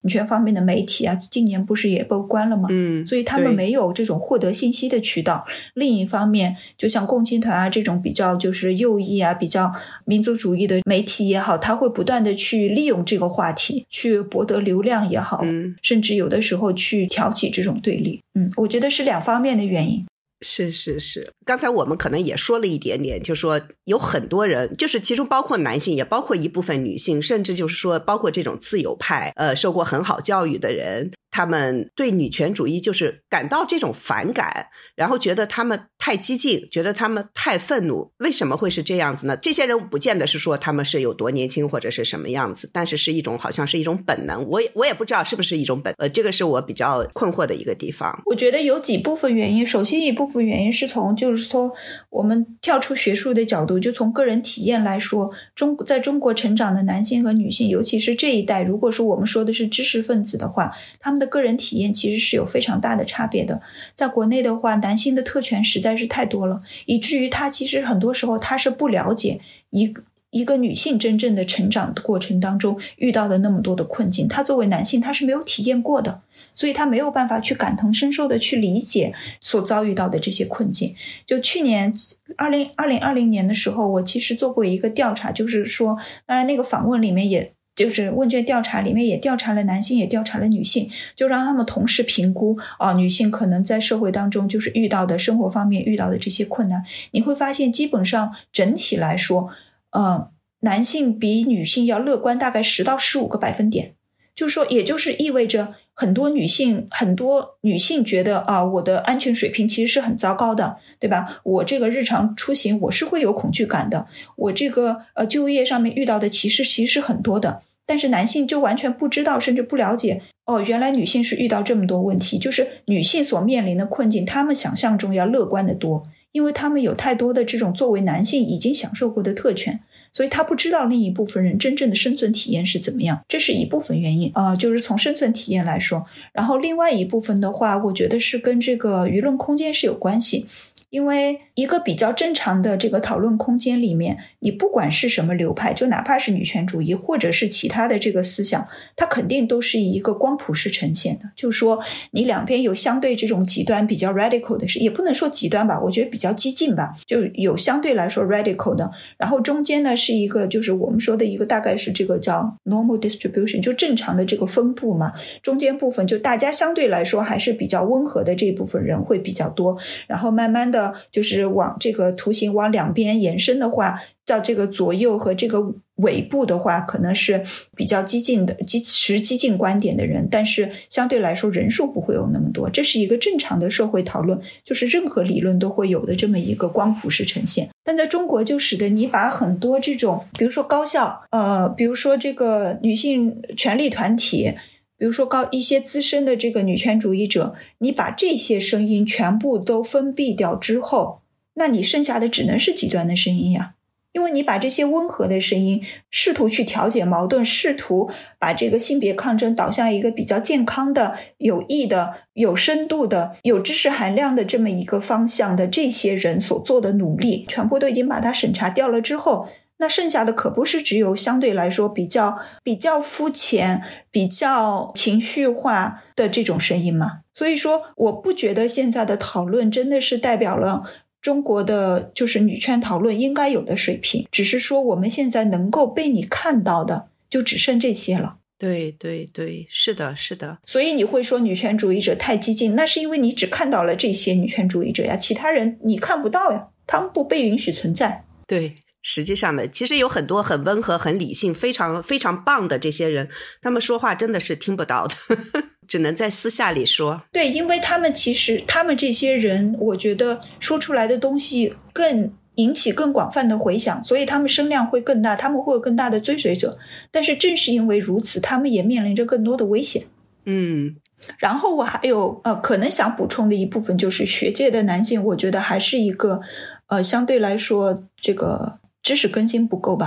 女权方面的媒体啊，今年不是也被关了吗？ 嗯， 所以他们没有这种获得信息的渠道。另一方面，就像共青团啊这种比较就是右翼啊、比较民族主义的媒体也好，他会不断的去利用这个话题去博得流量也好， 嗯， 甚至有的时候去挑起这种对立。嗯，我觉得是两方面的原因。 是是是，刚才我们可能也说了一点点，就说有很多人，就是其中包括男性，也包括一部分女性，甚至就是说包括这种自由派，呃，受过很好教育的人，他们对女权主义就是感到这种反感，然后觉得他们太激进，觉得他们太愤怒。为什么会是这样子呢？这些人不见得是说他们是有多年轻或者是什么样子，但是是一种好像是一种本能，我也我也不知道是不是一种本呃，这个是我比较困惑的一个地方。 我觉得有几部分原因，首先一部分原因是从就是说我们跳出学术的角度，就从个人体验来说，中在中国成长的男性和女性，尤其是这一代，如果说我们说的是知识分子的话，他们的个人体验其实是有非常大的差别的。在国内的话，男性的特权实在是太多了，以至于他其实很多时候他是不了解一个一个女性真正的成长的过程当中遇到的那么多的困境，他作为男性他是没有体验过的，所以他没有办法去感同身受的去理解所遭遇到的这些困境。就去年二零二零二零年的时候，我其实做过一个调查，就是说当然那个访问里面也就是问卷调查里面也调查了男性也调查了女性，就让他们同时评估啊、呃，女性可能在社会当中就是遇到的生活方面遇到的这些困难。你会发现基本上整体来说呃，男性比女性要乐观大概十到十五个百分点，就是说也就是意味着很多女性很多女性觉得啊，我的安全水平其实是很糟糕的，对吧？我这个日常出行我是会有恐惧感的，我这个呃就业上面遇到的歧视其实是很多的。但是男性就完全不知道甚至不了解，哦，原来女性是遇到这么多问题，就是女性所面临的困境他们想象中要乐观得多，因为他们有太多的这种作为男性已经享受过的特权，所以他不知道另一部分人真正的生存体验是怎么样，这是一部分原因啊、呃，就是从生存体验来说。然后另外一部分的话，我觉得是跟这个舆论空间是有关系。因为一个比较正常的这个讨论空间里面，你不管是什么流派，就哪怕是女权主义或者是其他的这个思想，它肯定都是以一个光谱式呈现的，就是说你两边有相对这种极端比较 radical 的，也不能说极端吧，我觉得比较激进吧，就有相对来说 radical 的，然后中间呢是一个就是我们说的一个大概是这个叫 normal distribution， 就正常的这个分布嘛，中间部分就大家相对来说还是比较温和的这一部分人会比较多，然后慢慢的就是往这个图形往两边延伸的话，到这个左右和这个尾部的话可能是比较激进的持激进观点的人，但是相对来说人数不会有那么多，这是一个正常的社会讨论，就是任何理论都会有的这么一个光谱式呈现。但在中国就使得你把很多这种比如说高校呃，比如说这个女性权利团体，比如说高一些资深的这个女权主义者，你把这些声音全部都封闭掉之后，那你剩下的只能是极端的声音呀。因为你把这些温和的声音试图去调解矛盾，试图把这个性别抗争导向一个比较健康的有益的有深度的有知识含量的这么一个方向的这些人所做的努力全部都已经把它审查掉了之后，那剩下的可不是只有相对来说比较比较肤浅比较情绪化的这种声音嘛。所以说我不觉得现在的讨论真的是代表了中国的就是女权讨论应该有的水平，只是说我们现在能够被你看到的就只剩这些了。 对对对，是的是的。 所以你会说女权主义者太激进，那是因为你只看到了这些女权主义者呀，其他人你看不到呀，他们不被允许存在。 对，实际上呢，其实有很多很温和很理性非常非常棒的这些人，他们说话真的是听不到的只能在私下里说。 对，因为他们其实他们这些人我觉得说出来的东西更引起更广泛的回响，所以他们声量会更大，他们会有更大的追随者，但是正是因为如此，他们也面临着更多的危险。 嗯， 然后我还有呃，可能想补充的一部分就是学界的男性，我觉得还是一个呃，相对来说这个知识更新不够吧。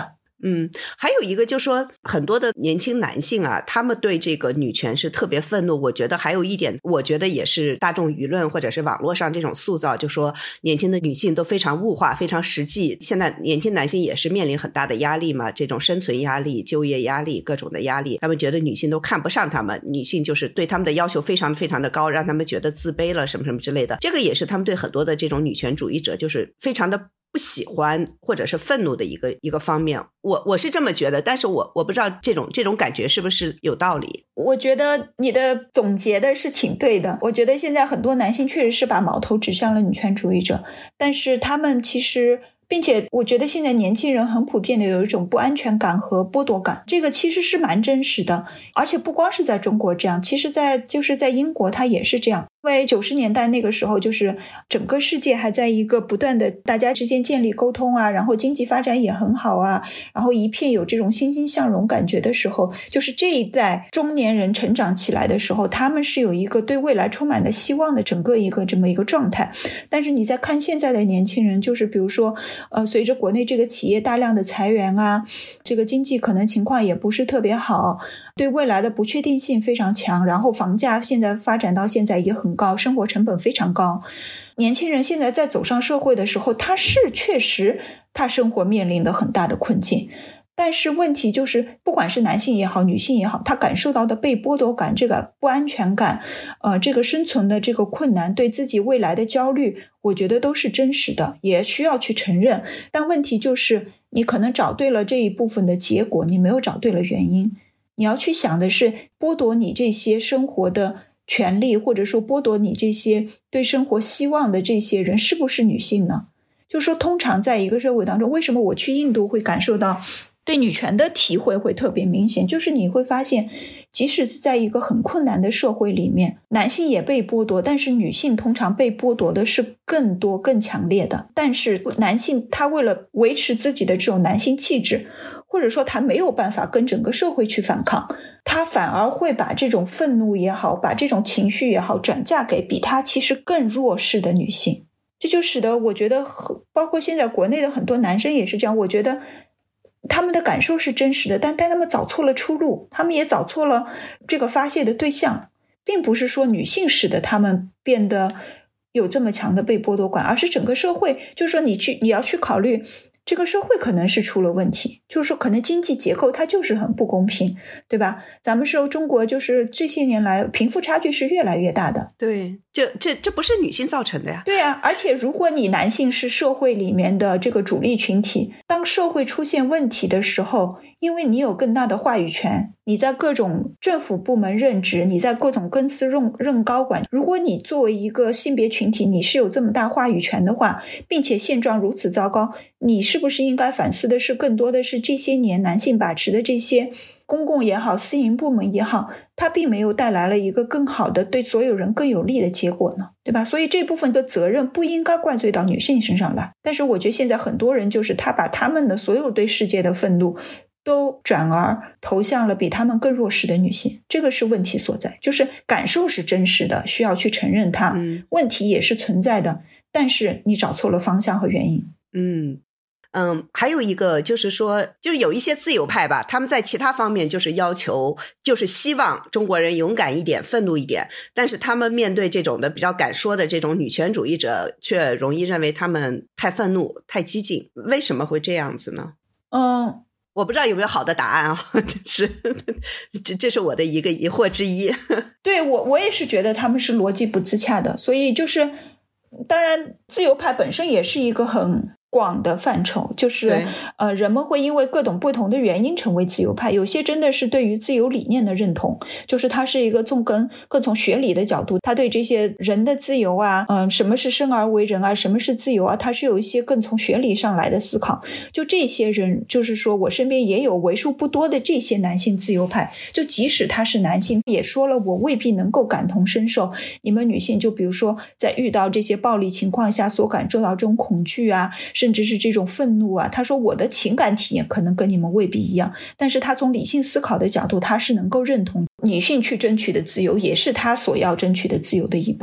嗯，还有一个就是说很多的年轻男性啊，他们对这个女权是特别愤怒。我觉得还有一点，我觉得也是大众舆论或者是网络上这种塑造，就说年轻的女性都非常物化，非常实际。现在年轻男性也是面临很大的压力嘛，这种生存压力、就业压力、各种的压力，他们觉得女性都看不上他们，女性就是对他们的要求非常非常的高，让他们觉得自卑了什么什么之类的。这个也是他们对很多的这种女权主义者就是非常的不喜欢或者是愤怒的一个一个方面。我我是这么觉得，但是我我不知道这种这种感觉是不是有道理。 我觉得你的总结的是挺对的。我觉得现在很多男性确实是把矛头指向了女权主义者，但是他们其实并且我觉得现在年轻人很普遍的有一种不安全感和剥夺感，这个其实是蛮真实的。而且不光是在中国这样，其实在就是在英国它也是这样。因为九十年代那个时候就是整个世界还在一个不断的大家之间建立沟通啊，然后经济发展也很好啊，然后一片有这种欣欣向荣感觉的时候，就是这一代中年人成长起来的时候，他们是有一个对未来充满了希望的整个一个这么一个状态。但是你再看现在的年轻人，就是比如说呃，随着国内这个企业大量的裁员啊，这个经济可能情况也不是特别好，对未来的不确定性非常强，然后房价现在发展到现在也很高，生活成本非常高。年轻人现在在走上社会的时候，他是确实他生活面临的很大的困境，但是问题就是不管是男性也好女性也好，他感受到的被剥夺感，这个不安全感，呃，这个生存的这个困难，对自己未来的焦虑，我觉得都是真实的，也需要去承认。但问题就是你可能找对了这一部分的结果，你没有找对了原因。你要去想的是剥夺你这些生活的权利，或者说剥夺你这些对生活希望的这些人是不是女性呢？就是说通常在一个社会当中，为什么我去印度会感受到对女权的体会会特别明显，就是你会发现即使是在一个很困难的社会里面，男性也被剥夺，但是女性通常被剥夺的是更多更强烈的。但是男性他为了维持自己的这种男性气质，或者说他没有办法跟整个社会去反抗，他反而会把这种愤怒也好，把这种情绪也好转嫁给比他其实更弱势的女性。这就使得我觉得包括现在国内的很多男生也是这样，我觉得他们的感受是真实的，但但他们找错了出路，他们也找错了这个发泄的对象，并不是说女性使得他们变得有这么强的被剥夺感，而是整个社会，就是说你去你要去考虑这个社会可能是出了问题，就是说可能经济结构它就是很不公平，对吧？咱们说中国就是这些年来贫富差距是越来越大的。 对，这这这不是女性造成的呀。 对啊，而且如果你男性是社会里面的这个主力群体，当社会出现问题的时候，因为你有更大的话语权，你在各种政府部门任职，你在各种公司任任高管，如果你作为一个性别群体，你是有这么大话语权的话，并且现状如此糟糕，你是不是应该反思的是更多的是这些年男性把持的这些公共也好，私营部门也好，它并没有带来了一个更好的对所有人更有利的结果呢，对吧？所以这部分的责任不应该怪罪到女性身上来。但是我觉得现在很多人就是他把他们的所有对世界的愤怒都转而投向了比他们更弱势的女性，这个是问题所在。就是感受是真实的，需要去承认它， 嗯， 问题也是存在的，但是你找错了方向和原因。 嗯嗯，还有一个就是说，就是有一些自由派吧，他们在其他方面就是要求，就是希望中国人勇敢一点，愤怒一点，但是他们面对这种的比较敢说的这种女权主义者，却容易认为他们太愤怒、太激进。为什么会这样子呢？ 嗯， 我不知道有没有好的答案啊，是这这是我的一个疑惑之一。 对，我我也是觉得他们是逻辑不自洽的，所以就是当然自由派本身也是一个很广的范畴，就是呃，人们会因为各种不同的原因成为自由派，有些真的是对于自由理念的认同，就是他是一个从更更从学理的角度，他对这些人的自由啊，嗯、呃，什么是生而为人啊，什么是自由啊，他是有一些更从学理上来的思考。就这些人，就是说我身边也有为数不多的这些男性自由派，就即使他是男性，也说了我未必能够感同身受你们女性，就比如说在遇到这些暴力情况下所感受到这种恐惧啊，甚至是这种愤怒啊，他说我的情感体验可能跟你们未必一样，但是他从理性思考的角度，他是能够认同女性去争取的自由也是他所要争取的自由的一部分。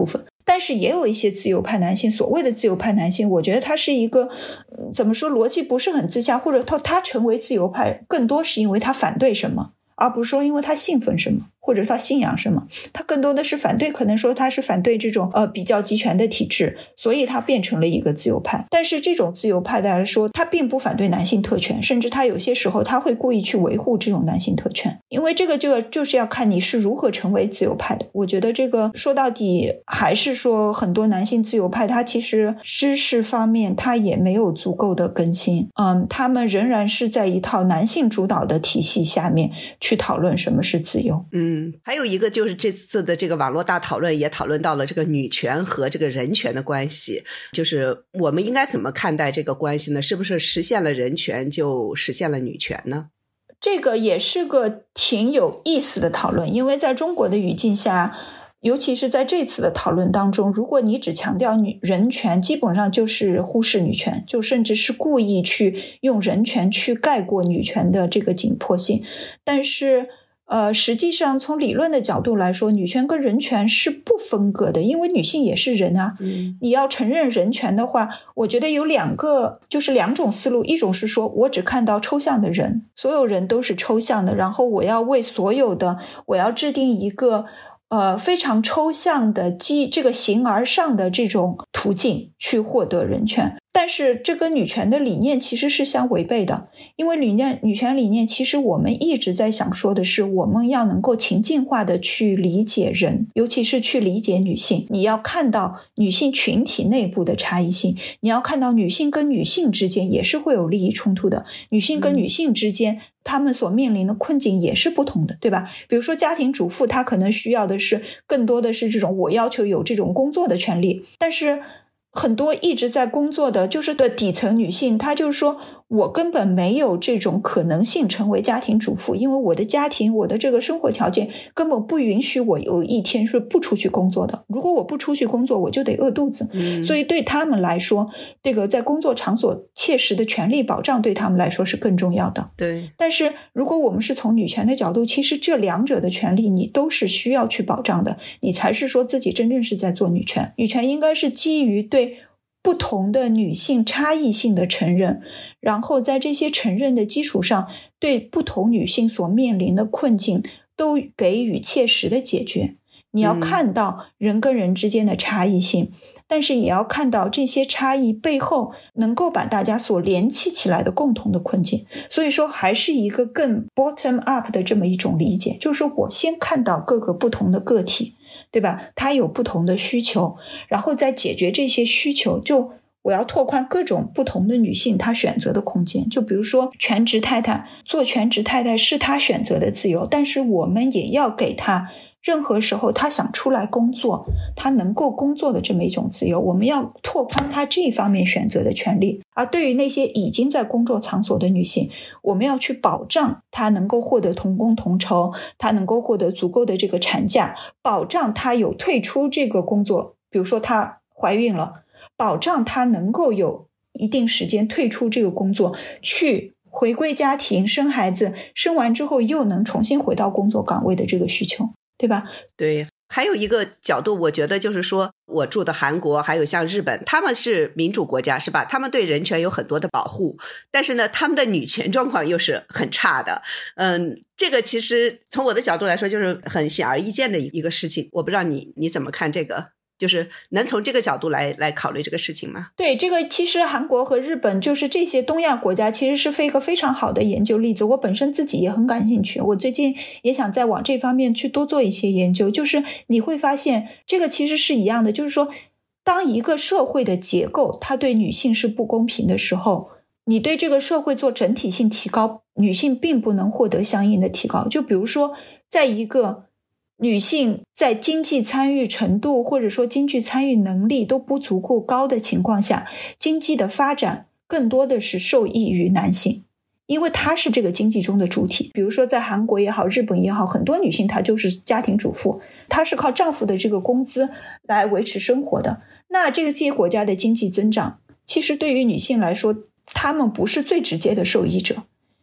但是也有一些自由派男性，所谓的自由派男性，我觉得他是一个怎么说，逻辑不是很自洽，或者他他成为自由派更多是因为他反对什么，而不是说因为他信奉什么或者他信仰什么，他更多的是反对，可能说他是反对这种呃比较集权的体制，所以他变成了一个自由派。但是这种自由派来说，他并不反对男性特权，甚至他有些时候他会故意去维护这种男性特权，因为这个就就是要看你是如何成为自由派的。我觉得这个说到底还是说很多男性自由派他其实知识方面他也没有足够的更新，嗯，他们仍然是在一套男性主导的体系下面去讨论什么是自由。 嗯，还有一个就是这次的这个网络大讨论也讨论到了这个女权和这个人权的关系，就是我们应该怎么看待这个关系呢？是不是实现了人权就实现了女权呢？ 这个也是个挺有意思的讨论，因为在中国的语境下，尤其是在这次的讨论当中，如果你只强调女人权，基本上就是忽视女权，就甚至是故意去用人权去盖过女权的这个紧迫性。但是呃，实际上从理论的角度来说，女权跟人权是不分割的，因为女性也是人啊。嗯，你要承认人权的话，我觉得有两个，就是两种思路，一种是说我只看到抽象的人，所有人都是抽象的，然后我要为所有的，我要制定一个呃非常抽象的基这个形而上的这种途径去获得人权。但是这跟女权的理念其实是相违背的，因为女念女权理念其实我们一直在想说的是，我们要能够情境化的去理解人，尤其是去理解女性。你要看到女性群体内部的差异性，你要看到女性跟女性之间也是会有利益冲突的，女性跟女性之间她们所面临的困境也是不同的，对吧？比如说家庭主妇，她可能需要的是更多的是这种我要求有这种工作的权利，但是很多一直在工作的就是的底层女性，她就是说我根本没有这种可能性成为家庭主妇，因为我的家庭我的这个生活条件根本不允许我有一天是不出去工作的，如果我不出去工作我就得饿肚子、嗯、所以对他们来说这个在工作场所切实的权利保障对他们来说是更重要的。 对， 但是如果我们是从女权的角度，其实这两者的权利你都是需要去保障的，你才是说自己真正是在做女权。女权应该是基于对不同的女性差异性的承认，然后在这些承认的基础上，对不同女性所面临的困境都给予切实的解决。你要看到人跟人之间的差异性、嗯、但是也要看到这些差异背后能够把大家所联系起来的共同的困境。所以说还是一个更 bottom up 的这么一种理解，就是说我先看到各个不同的个体，对吧？他有不同的需求，然后再解决这些需求，就我要拓宽各种不同的女性她选择的空间。就比如说全职太太，做全职太太是她选择的自由，但是我们也要给她任何时候她想出来工作，她能够工作的这么一种自由，我们要拓宽她这一方面选择的权利。而对于那些已经在工作场所的女性，我们要去保障她能够获得同工同酬，她能够获得足够的这个产假，保障她有退出这个工作，比如说她怀孕了，保障她能够有一定时间退出这个工作，去回归家庭生孩子，生完之后又能重新回到工作岗位的这个需求，对吧？ 对，还有一个角度我觉得就是说，我住的韩国还有像日本，他们是民主国家是吧，他们对人权有很多的保护，但是呢他们的女权状况又是很差的。嗯，这个其实从我的角度来说就是很显而易见的一个事情，我不知道你你怎么看这个，就是能从这个角度来来考虑这个事情吗？ 对，这个其实韩国和日本就是这些东亚国家其实是一个非常好的研究例子，我本身自己也很感兴趣，我最近也想再往这方面去多做一些研究。就是你会发现这个其实是一样的，就是说当一个社会的结构它对女性是不公平的时候，你对这个社会做整体性提高，女性并不能获得相应的提高。就比如说在一个女性在经济参与程度或者说经济参与能力都不足够高的情况下，经济的发展更多的是受益于男性，因为他是这个经济中的主体。比如说在韩国也好，日本也好，很多女性她就是家庭主妇，她是靠丈夫的这个工资来维持生活的。那这个这些国家的经济增长其实对于女性来说，她们不是最直接的受益者，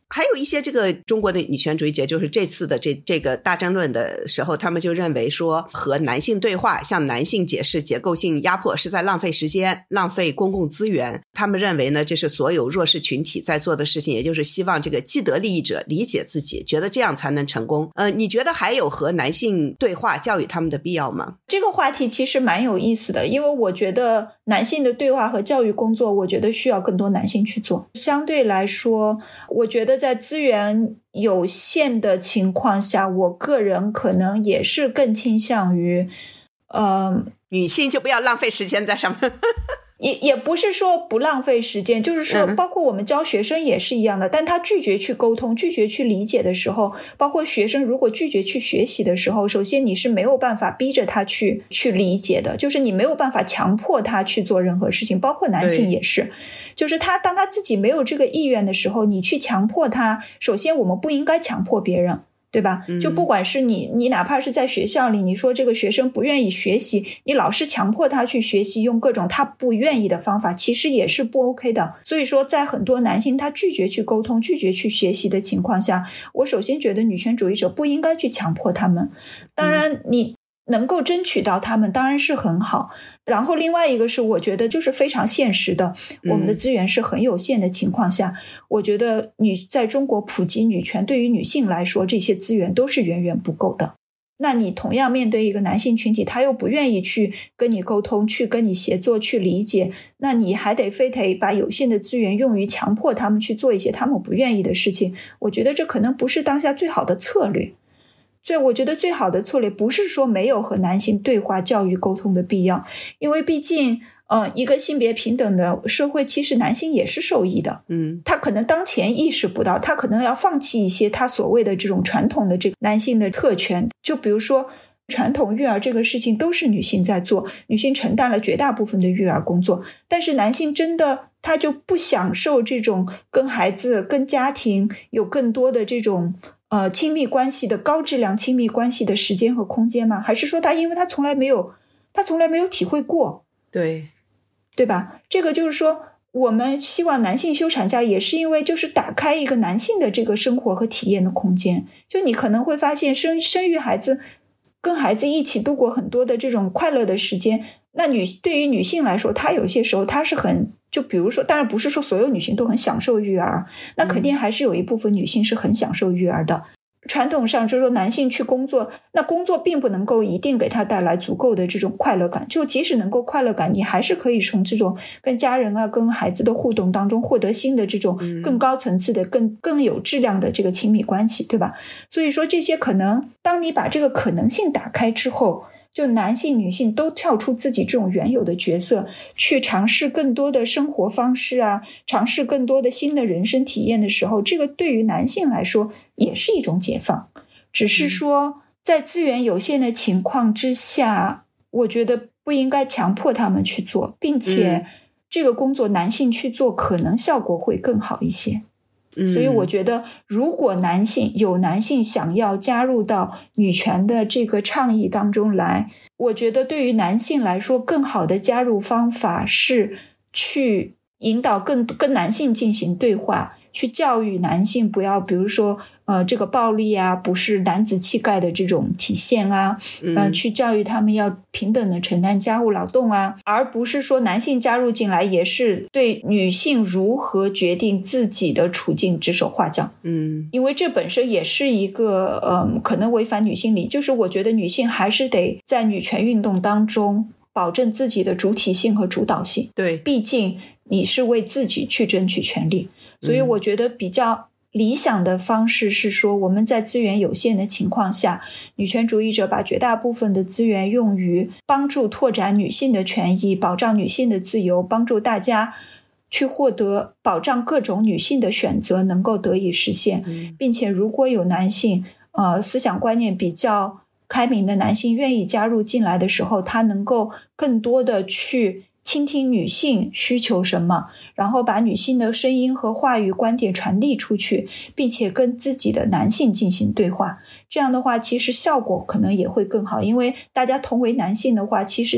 还有一些这个中国的女权主义者，就是这次的这这个大争论的时候，他们就认为说和男性对话，向男性解释结构性压迫是在浪费时间，浪费公共资源。他们认为呢，这是所有弱势群体在做的事情，也就是希望这个既得利益者理解自己，觉得这样才能成功。呃，你觉得还有和男性对话教育他们的必要吗？ 这个话题其实蛮有意思的，因为我觉得男性的对话和教育工作，我觉得需要更多男性去做。相对来说，我觉得在资源有限的情况下，我个人可能也是更倾向于呃， 女性就不要浪费时间在上面也也不是说不浪费时间，就是说包括我们教学生也是一样的，但他拒绝去沟通，拒绝去理解的时候，包括学生如果拒绝去学习的时候，首先你是没有办法逼着他去去理解的，就是你没有办法强迫他去做任何事情，包括男性也是，就是他当他自己没有这个意愿的时候，你去强迫他，首先我们不应该强迫别人，对吧？就不管是你你哪怕是在学校里，你说这个学生不愿意学习，你老是强迫他去学习，用各种他不愿意的方法，其实也是不 OK 的。所以说在很多男性他拒绝去沟通，拒绝去学习的情况下，我首先觉得女权主义者不应该去强迫他们。当然你能够争取到他们当然是很好，然后另外一个是我觉得就是非常现实的，我们的资源是很有限的情况下，我觉得女在中国普及女权对于女性来说，这些资源都是远远不够的。那你同样面对一个男性群体，他又不愿意去跟你沟通，去跟你协作，去理解，那你还得非得把有限的资源用于强迫他们去做一些他们不愿意的事情，我觉得这可能不是当下最好的策略。所以我觉得最好的策略不是说没有和男性对话教育沟通的必要，因为毕竟呃，一个性别平等的社会，其实男性也是受益的。嗯，他可能当前意识不到，他可能要放弃一些他所谓的这种传统的这个男性的特权，就比如说传统育儿这个事情都是女性在做，女性承担了绝大部分的育儿工作，但是男性真的他就不享受这种跟孩子跟家庭有更多的这种呃亲密关系的高质量亲密关系的时间和空间吗？还是说他因为他从来没有他从来没有体会过？ 对对吧？这个就是说我们希望男性休产假也是因为就是打开一个男性的这个生活和体验的空间，就你可能会发现生生育孩子跟孩子一起度过很多的这种快乐的时间，那女对于女性来说，她有些时候她是很就比如说当然不是说所有女性都很享受育儿，那肯定还是有一部分女性是很享受育儿的。传统上就是说男性去工作，那工作并不能够一定给他带来足够的这种快乐感，就即使能够快乐感，你还是可以从这种跟家人啊跟孩子的互动当中获得新的这种更高层次的更更有质量的这个亲密关系，对吧？所以说这些可能当你把这个可能性打开之后，就男性女性都跳出自己这种原有的角色，去尝试更多的生活方式啊，尝试更多的新的人生体验的时候，这个对于男性来说也是一种解放。只是说在资源有限的情况之下，我觉得不应该强迫他们去做，并且这个工作男性去做可能效果会更好一些。所以我觉得如果男性有男性想要加入到女权的这个倡议当中来，我觉得对于男性来说更好的加入方法是去引导更跟男性进行对话，去教育男性不要比如说呃，这个暴力啊不是男子气概的这种体现啊、呃、去教育他们要平等的承担家务劳动啊，而不是说男性加入进来也是对女性如何决定自己的处境指手画脚。嗯，因为这本身也是一个呃，可能违反女性理，就是我觉得女性还是得在女权运动当中保证自己的主体性和主导性。对，毕竟你是为自己去争取权利，所以我觉得比较理想的方式是说，我们在资源有限的情况下，女权主义者把绝大部分的资源用于帮助拓展女性的权益，保障女性的自由，帮助大家去获得保障各种女性的选择能够得以实现、嗯、并且如果有男性呃思想观念比较开明的男性愿意加入进来的时候，他能够更多的去倾听女性需求什么，然后把女性的声音和话语观点传递出去，并且跟自己的男性进行对话。这样的话其实效果可能也会更好，因为大家同为男性的话，其实你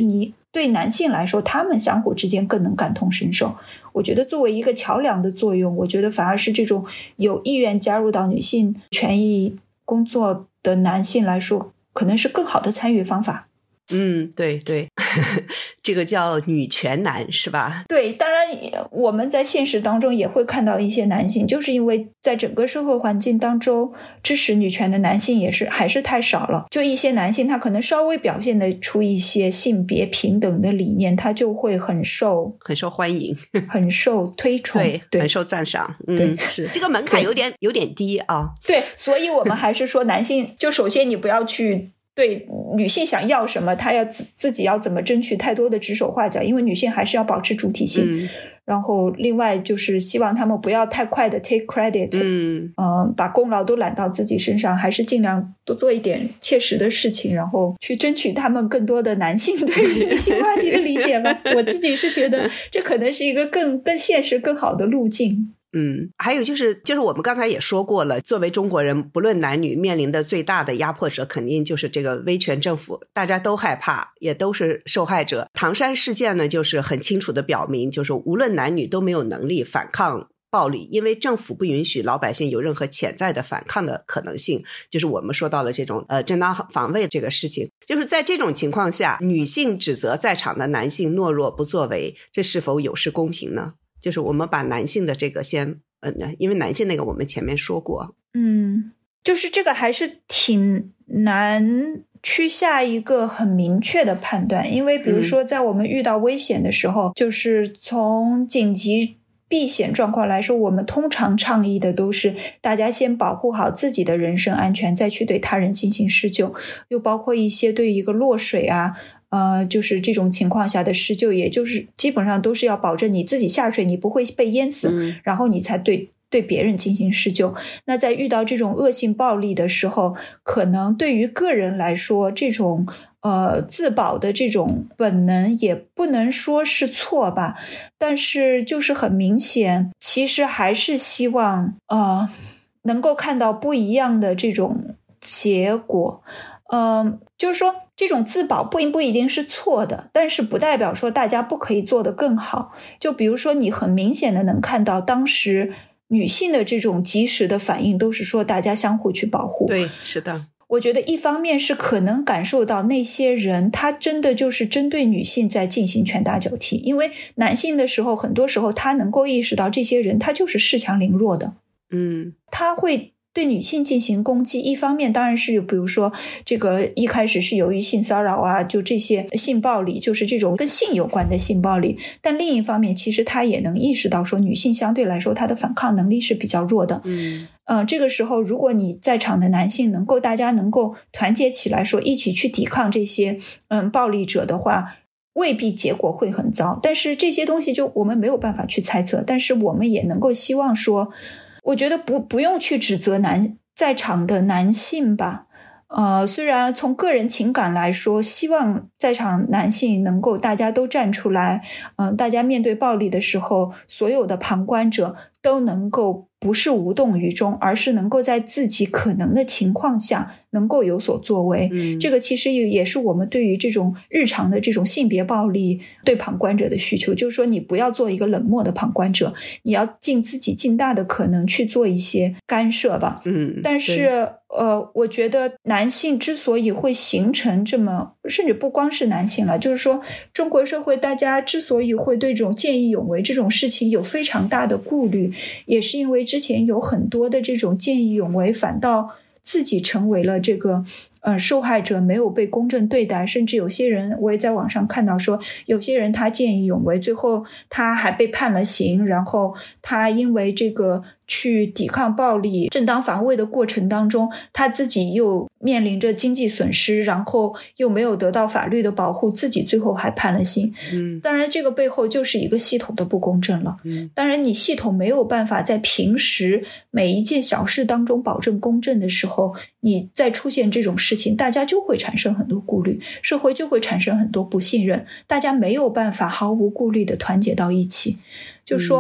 对男性来说，他们相互之间更能感同身受。我觉得作为一个桥梁的作用，我觉得反而是这种有意愿加入到女性权益工作的男性来说，可能是更好的参与方法。 嗯，对对，这个叫女权男是吧？ 对，当然我们在现实当中也会看到一些男性，就是因为在整个社会环境当中，支持女权的男性也是还是太少了。就一些男性他可能稍微表现得出一些性别平等的理念，他就会很受很受欢迎， 很受推崇， 对， 对， 很受赞赏。嗯， 对， 是这个门槛有点有点低啊。 对，所以我们还是说男性，就首先你不要去对女性想要什么，她要自自己要怎么争取太多的指手画脚，因为女性还是要保持主体性。嗯，然后另外就是希望他们不要太快的 take credit， 嗯、呃，把功劳都揽到自己身上，还是尽量多做一点切实的事情，然后去争取他们更多的男性对于女性话题的理解吧。我自己是觉得这可能是一个更更现实更好的路径。 嗯，还有就是就是我们刚才也说过了，作为中国人不论男女面临的最大的压迫者肯定就是这个威权政府，大家都害怕，也都是受害者。唐山事件呢就是很清楚的表明，就是无论男女都没有能力反抗暴力，因为政府不允许老百姓有任何潜在的反抗的可能性，就是我们说到了这种呃正当防卫这个事情。就是在这种情况下，女性指责在场的男性懦弱不作为，这是否有失公平呢？就是我们把男性的这个先呃，因为男性那个我们前面说过， 嗯，就是这个还是挺难去下一个很明确的判断，因为比如说在我们遇到危险的时候，嗯、就是从紧急避险状况来说，我们通常倡议的都是大家先保护好自己的人身安全，再去对他人进行施救，又包括一些对于一个落水啊。呃，就是这种情况下的施救，也就是基本上都是要保证你自己下水，你不会被淹死，嗯、然后你才对对别人进行施救。那在遇到这种恶性暴力的时候，可能对于个人来说，这种呃自保的这种本能也不能说是错吧，但是就是很明显，其实还是希望呃能够看到不一样的这种结果。嗯、呃，就是说这种自保不不一定是错的，但是不代表说大家不可以做得更好。就比如说你很明显的能看到当时女性的这种及时的反应都是说大家相互去保护。 对，是的。 我觉得一方面是可能感受到那些人他真的就是针对女性在进行拳打脚踢，因为男性的时候很多时候他能够意识到这些人他就是恃强凌弱的。嗯，他会对女性进行攻击，一方面当然是比如说这个一开始是由于性骚扰啊，就这些性暴力，就是这种跟性有关的性暴力，但另一方面其实他也能意识到说女性相对来说她的反抗能力是比较弱的。嗯，呃，这个时候如果你在场的男性能够大家能够团结起来说一起去抵抗这些嗯暴力者的话，未必结果会很糟，但是这些东西就我们没有办法去猜测，但是我们也能够希望说，我觉得不不用去指责男在场的男性吧。呃，虽然从个人情感来说，希望在场男性能够大家都站出来，嗯、呃，大家面对暴力的时候，所有的旁观者都能够不是无动于衷，而是能够在自己可能的情况下能够有所作为。嗯，这个其实也是我们对于这种日常的这种性别暴力对旁观者的需求，就是说你不要做一个冷漠的旁观者，你要尽自己尽大的可能去做一些干涉吧。嗯，但是呃，我觉得男性之所以会形成这么，甚至不光是男性了，就是说中国社会大家之所以会对这种见义勇为这种事情有非常大的顾虑，也是因为之前有很多的这种见义勇为反倒自己成为了这个呃受害者，没有被公正对待，甚至有些人我也在网上看到说，有些人他见义勇为，最后他还被判了刑，然后他因为这个去抵抗暴力正当防卫的过程当中，他自己又面临着经济损失，然后又没有得到法律的保护，自己最后还判了刑。嗯，当然这个背后就是一个系统的不公正了。嗯，当然你系统没有办法在平时每一件小事当中保证公正的时候，你再出现这种事情，大家就会产生很多顾虑，社会就会产生很多不信任，大家没有办法毫无顾虑的团结到一起。就说、嗯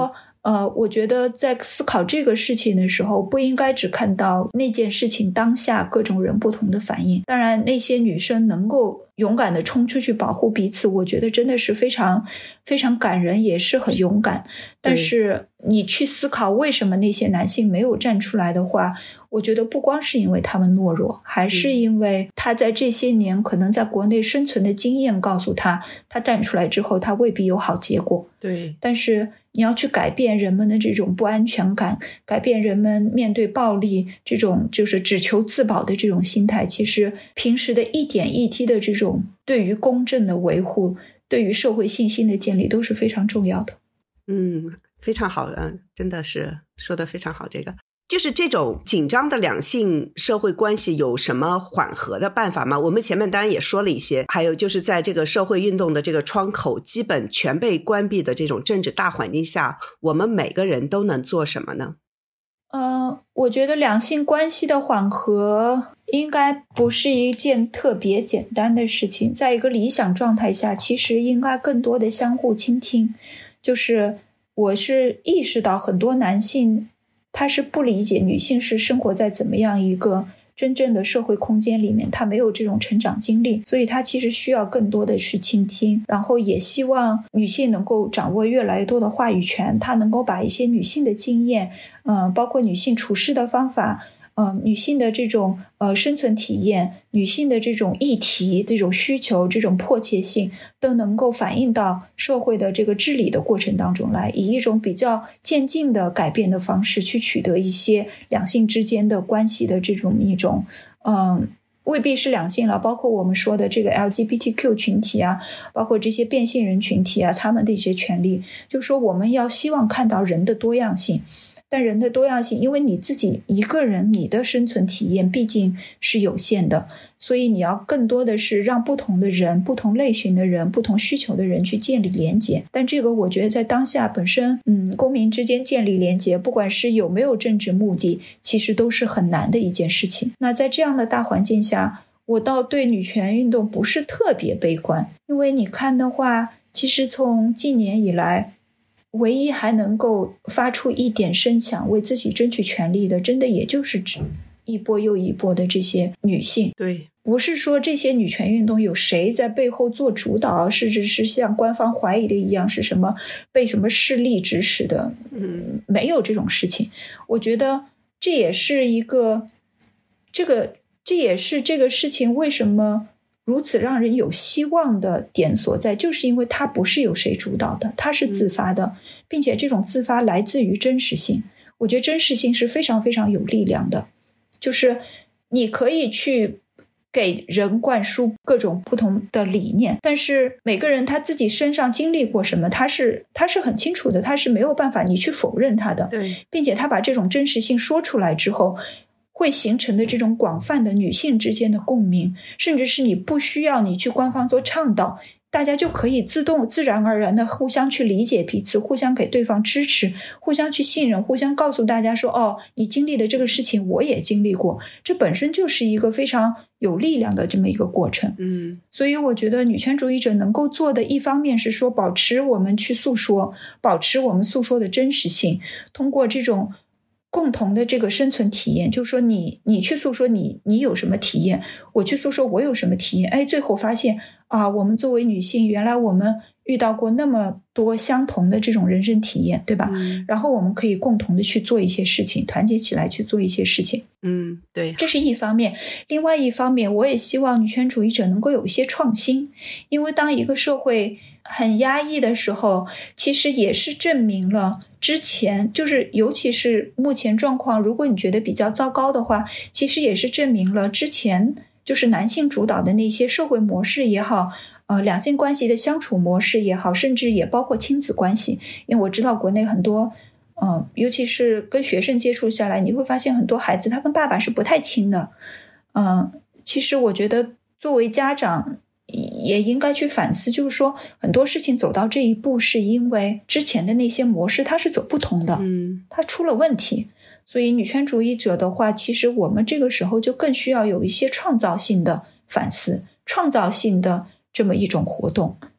呃，我觉得在思考这个事情的时候，不应该只看到那件事情当下各种人不同的反应。当然，那些女生能够勇敢地冲出去保护彼此，我觉得真的是非常非常感人，也是很勇敢。但是你去思考为什么那些男性没有站出来的话，我觉得不光是因为他们懦弱，还是因为他在这些年可能在国内生存的经验告诉他，他站出来之后他未必有好结果。 对， 但是你要去改变人们的这种不安全感，改变人们面对暴力这种就是只求自保的这种心态，其实平时的一点一滴的这种对于公正的维护，对于社会信心的建立都是非常重要的。 嗯，非常好，嗯，真的是说得非常好。这个就是这种紧张的两性社会关系有什么缓和的办法吗？我们前面当然也说了一些，还有就是在这个社会运动的这个窗口基本全被关闭的这种政治大环境下，我们每个人都能做什么呢？ 呃，我觉得两性关系的缓和应该不是一件特别简单的事情，在一个理想状态下，其实应该更多的相互倾听。就是我是意识到很多男性他是不理解女性是生活在怎么样一个真正的社会空间里面，他没有这种成长经历，所以他其实需要更多的去倾听，然后也希望女性能够掌握越来越多的话语权，他能够把一些女性的经验，呃，包括女性处事的方法，呃，女性的这种呃生存体验，女性的这种议题、这种需求、这种迫切性，都能够反映到社会的这个治理的过程当中来，以一种比较渐进的改变的方式去取得一些两性之间的关系的这种一种，嗯、呃。未必是两性了，包括我们说的这个 L G B T Q 群体啊，包括这些变性人群体啊，他们的一些权利，就是说我们要希望看到人的多样性。但人的多样性，因为你自己一个人你的生存体验毕竟是有限的，所以你要更多的是让不同的人、不同类型的人、不同需求的人去建立连结。但这个我觉得在当下本身，嗯，公民之间建立连结，不管是有没有政治目的，其实都是很难的一件事情。那在这样的大环境下，我倒对女权运动不是特别悲观，因为你看的话，其实从近年以来，唯一还能够发出一点声响为自己争取权利的，真的也就是一波又一波的这些女性。 对， 不是说这些女权运动有谁在背后做主导，甚至是像官方怀疑的一样是什么被什么势力指使的，嗯，没有这种事情。我觉得这也是一个这个这也是这个事情为什么如此让人有希望的点所在，就是因为它不是由谁主导的，它是自发的，并且这种自发来自于真实性。我觉得真实性是非常非常有力量的，就是你可以去给人灌输各种不同的理念，但是每个人他自己身上经历过什么，他是他是很清楚的，他是没有办法你去否认他的， 对， 并且他把这种真实性说出来之后，会形成的这种广泛的女性之间的共鸣，甚至是你不需要你去官方做倡导，大家就可以自动自然而然的互相去理解彼此，互相给对方支持，互相去信任，互相告诉大家说，哦，你经历的这个事情我也经历过，这本身就是一个非常有力量的这么一个过程。 嗯， 所以我觉得女权主义者能够做的，一方面是说保持我们去诉说，保持我们诉说的真实性，通过这种共同的这个生存体验，就是说你你去诉说你你有什么体验，我去诉说我有什么体验，哎，最后发现啊，我们作为女性，原来我们遇到过那么多相同的这种人生体验，对吧？ 嗯， 然后我们可以共同的去做一些事情，团结起来去做一些事情。 嗯，对， 这是一方面。另外一方面，我也希望女权主义者能够有一些创新，因为当一个社会很压抑的时候，其实也是证明了之前，就是尤其是目前状况，如果你觉得比较糟糕的话，其实也是证明了之前就是男性主导的那些社会模式也好，呃，两性关系的相处模式也好，甚至也包括亲子关系。因为我知道国内很多嗯、呃，尤其是跟学生接触下来，你会发现很多孩子他跟爸爸是不太亲的。嗯、呃，其实我觉得作为家长也应该去反思，就是说很多事情走到这一步是因为之前的那些模式它是走不通的， 嗯， 它出了问题。所以女权主义者的话，其实我们这个时候就更需要有一些创造性的反思，创造性的这么一种活动，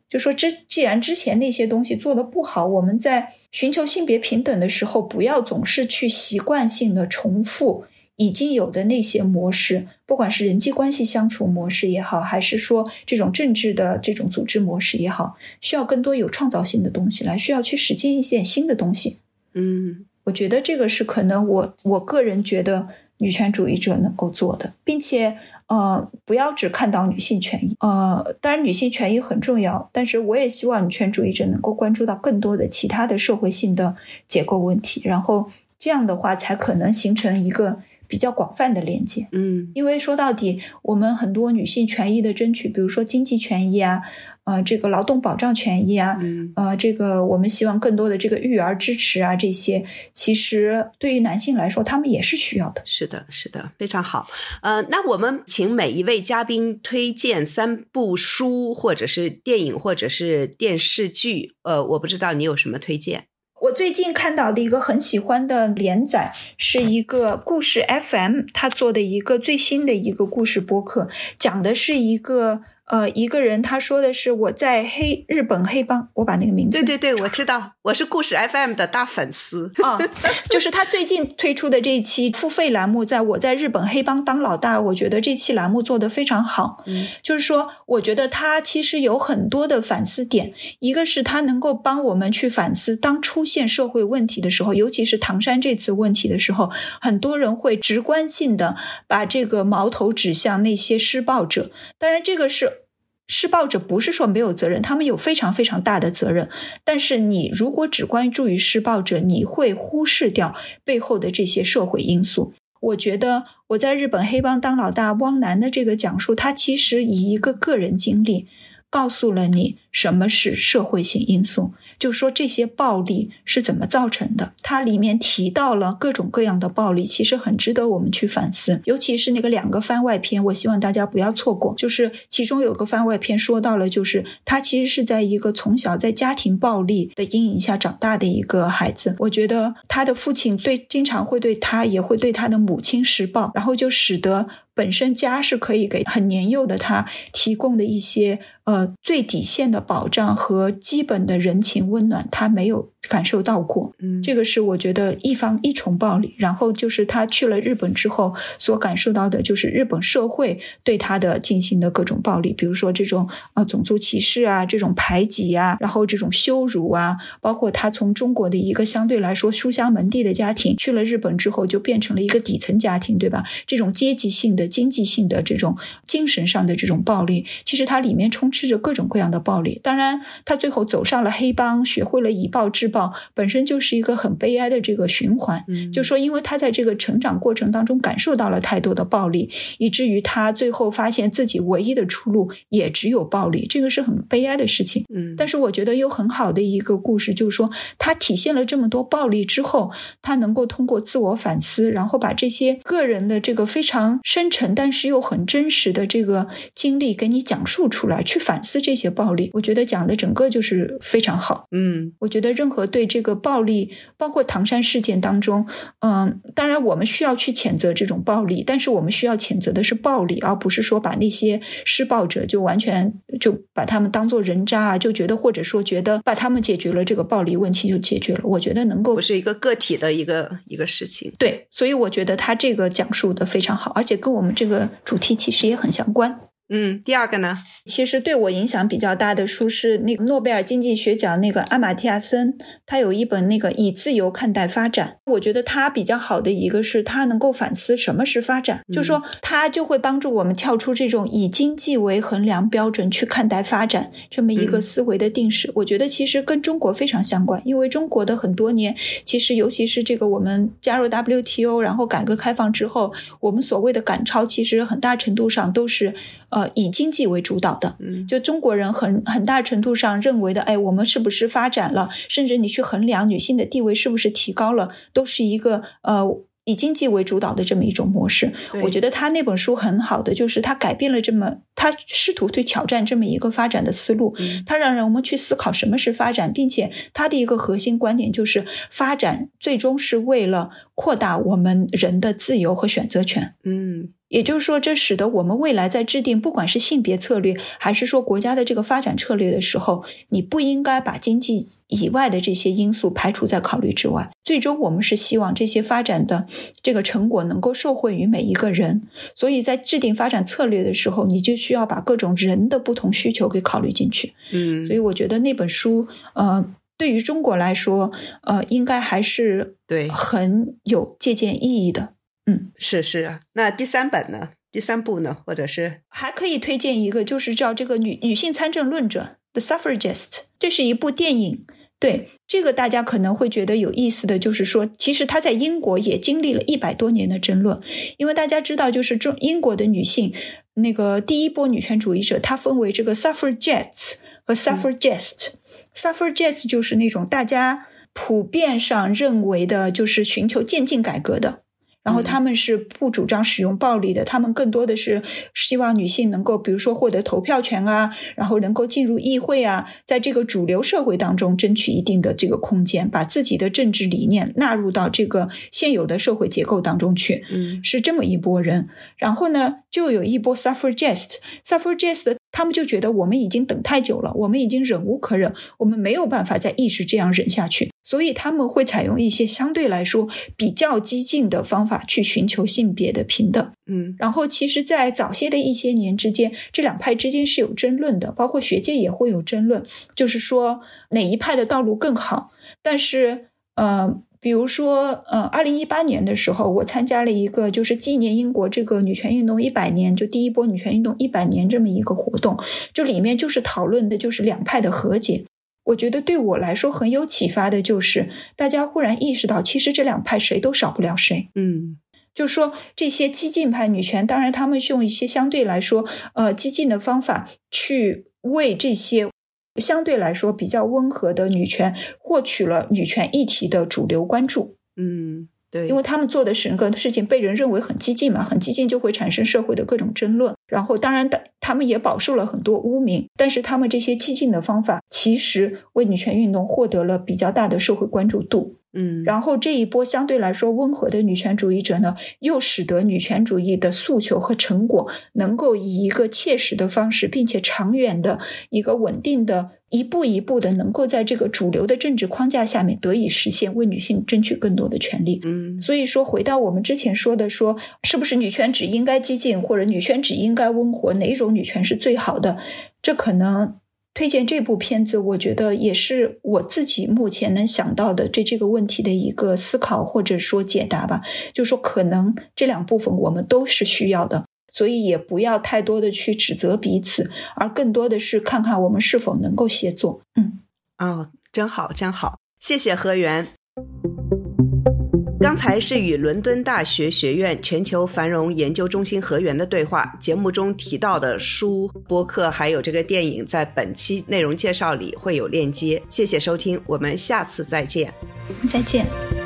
就说之既然之前那些东西做得不好，我们在寻求性别平等的时候，不要总是去习惯性的重复已经有的那些模式，不管是人际关系相处模式也好，还是说这种政治的这种组织模式也好，需要更多有创造性的东西来，需要去实践一些新的东西。 嗯， 我觉得这个是可能我我个人觉得女权主义者能够做的，并且呃，不要只看到女性权益，呃，当然女性权益很重要，但是我也希望女权主义者能够关注到更多的其他的社会性的结构问题，然后这样的话才可能形成一个比较广泛的连接。 嗯， 因为说到底，我们很多女性权益的争取，比如说经济权益啊，呃，这个劳动保障权益啊， 嗯、 呃，这个我们希望更多的这个育儿支持啊，这些其实对于男性来说，他们也是需要的。 是的，是的，非常好。呃，那我们请每一位嘉宾推荐三部书，或者是电影，或者是电视剧。呃，我不知道你有什么推荐。 我最近看到的一个很喜欢的连载是一个故事 F M 他做的一个最新的一个故事播客，讲的是一个呃一个人，他说的是我在黑日本黑帮，我把那个名字， 对对对，我知道，我是故事 F M 的大粉丝啊，就是他最近推出的这一期付费栏目，在我在日本黑帮当老大，我觉得这期栏目做得非常好。 嗯， 就是说我觉得他其实有很多的反思点，一个是他能够帮我们去反思，当出现社会问题的时候，尤其是唐山这次问题的时候，很多人会直观性的把这个矛头指向那些施暴者，当然这个是施暴者不是说没有责任，他们有非常非常大的责任，但是你如果只关注于施暴者，你会忽视掉背后的这些社会因素。我觉得我在日本黑帮当老大汪楠的这个讲述，他其实以一个个人经历告诉了你什么是社会性因素，就是说这些暴力是怎么造成的。它里面提到了各种各样的暴力，其实很值得我们去反思，尤其是那个两个番外篇，我希望大家不要错过。就是其中有个番外篇说到了，就是他其实是在一个从小在家庭暴力的阴影下长大的一个孩子，我觉得他的父亲对经常会对他也会对他的母亲施暴，然后就使得本身家是可以给很年幼的他提供的一些呃最底线的保障和基本的人情温暖，他没有感受到过。 嗯， 这个是我觉得一方一重暴力。然后就是他去了日本之后所感受到的，就是日本社会对他的进行的各种暴力，比如说这种呃种族歧视啊，这种排挤啊，然后这种羞辱啊，包括他从中国的一个相对来说书香门第的家庭去了日本之后就变成了一个底层家庭，对吧？这种阶级性的经济性的这种精神上的这种暴力，其实它里面充斥着各种各样的暴力。当然他最后走上了黑帮，学会了以暴制暴，本身就是一个很悲哀的这个循环。 嗯， 就说因为他在这个成长过程当中感受到了太多的暴力，以至于他最后发现自己唯一的出路也只有暴力，这个是很悲哀的事情。 嗯， 但是我觉得有很好的一个故事，就是说他体现了这么多暴力之后，他能够通过自我反思，然后把这些个人的这个非常深沉但是又很真实的这个经历给你讲述出来，去反思这些暴力，我觉得讲的整个就是非常好。 嗯， 我觉得任何对这个暴力，包括唐山事件当中，嗯，当然我们需要去谴责这种暴力，但是我们需要谴责的是暴力，而不是说把那些施暴者就完全就把他们当作人渣啊，就觉得或者说觉得把他们解决了这个暴力问题就解决了。我觉得能够不是一个个体的一个一个事情。 对，所以我觉得他这个讲述的非常好，而且跟我们这个主题其实也很相关。 嗯，第二个呢， 其实对我影响比较大的书是那个诺贝尔经济学奖那个阿马蒂亚森，他有一本那个以自由看待发展。我觉得他比较好的一个是他能够反思什么是发展，嗯，就说他就会帮助我们跳出这种以经济为衡量标准去看待发展这么一个思维的定式，嗯，我觉得其实跟中国非常相关，因为中国的很多年其实尤其是这个我们加入 W T O 然后改革开放之后，我们所谓的赶超其实很大程度上都是呃以经济为主导的。就中国人很很大程度上认为的，哎，我们是不是发展了，甚至你去衡量女性的地位是不是提高了，都是一个呃以经济为主导的这么一种模式。我觉得他那本书很好的就是他改变了这么他试图去挑战这么一个发展的思路，嗯，他让我们去思考什么是发展，并且他的一个核心观点就是发展最终是为了扩大我们人的自由和选择权。 嗯， 也就是说，这使得我们未来在制定不管是性别策略还是说国家的这个发展策略的时候，你不应该把经济以外的这些因素排除在考虑之外。最终我们是希望这些发展的这个成果能够受惠于每一个人，所以在制定发展策略的时候，你就需要把各种人的不同需求给考虑进去。 嗯， 所以我觉得那本书呃，对于中国来说呃，应该还是对很有借鉴意义的。嗯， 是是。那第三本呢？第三部呢？或者是还可以推荐一个，就是叫这个女女性参政论者 The Suffragist， 这是一部电影。对，这个大家可能会觉得有意思的就是说，其实她在英国也经历了一百多年的争论，因为大家知道，就是中英国的女性那个第一波女权主义者，她分为这个 suffragettes 和 suffragists。suffragettes 就是那种大家普遍上认为的就是寻求渐进改革的，然后他们是不主张使用暴力的，他们更多的是希望女性能够比如说获得投票权啊，然后能够进入议会啊，在这个主流社会当中争取一定的这个空间，把自己的政治理念纳入到这个现有的社会结构当中去， 嗯， 是这么一波人。然后呢，就有一波 suffragist suffragist 他们就觉得我们已经等太久了，我们已经忍无可忍，我们没有办法再一直这样忍下去，所以他们会采用一些相对来说比较激进的方法去寻求性别的平等。 嗯， 然后其实在早些的一些年之间，这两派之间是有争论的，包括学界也会有争论，就是说哪一派的道路更好。但是呃比如说呃二零一八年的时候，我参加了一个就是纪念英国这个女权运动一百年，就第一波女权运动一百年这么一个活动，就里面就是讨论的就是两派的和解。我觉得对我来说很有启发的就是大家忽然意识到，其实这两派谁都少不了谁。 嗯， 就是说这些激进派女权，当然他们用一些相对来说呃激进的方法去为这些相对来说比较温和的女权获取了女权议题的主流关注。 嗯，对， 因为他们做的整个事情被人认为很激进嘛，很激进就会产生社会的各种争论，然后当然他们也饱受了很多污名，但是他们这些激进的方法其实为女权运动获得了比较大的社会关注度。 嗯， 然后这一波相对来说温和的女权主义者呢，又使得女权主义的诉求和成果能够以一个切实的方式，并且长远的一个稳定的一步一步的能够在这个主流的政治框架下面得以实现，为女性争取更多的权利。 嗯， 所以说回到我们之前说的说，是不是女权只应该激进，或者女权只应该温和，哪一种女权是最好的，这可能推荐这部片子我觉得也是我自己目前能想到的对这个问题的一个思考或者说解答吧。就是说可能这两部分我们都是需要的，所以也不要太多的去指责彼此，而更多的是看看我们是否能够协作。嗯， 哦，真好真好，谢谢何源。刚才是与伦敦大学学院全球繁荣研究中心何源的对话，节目中提到的书、播客还有这个电影在本期内容介绍里会有链接。谢谢收听，我们下次再见。 再见。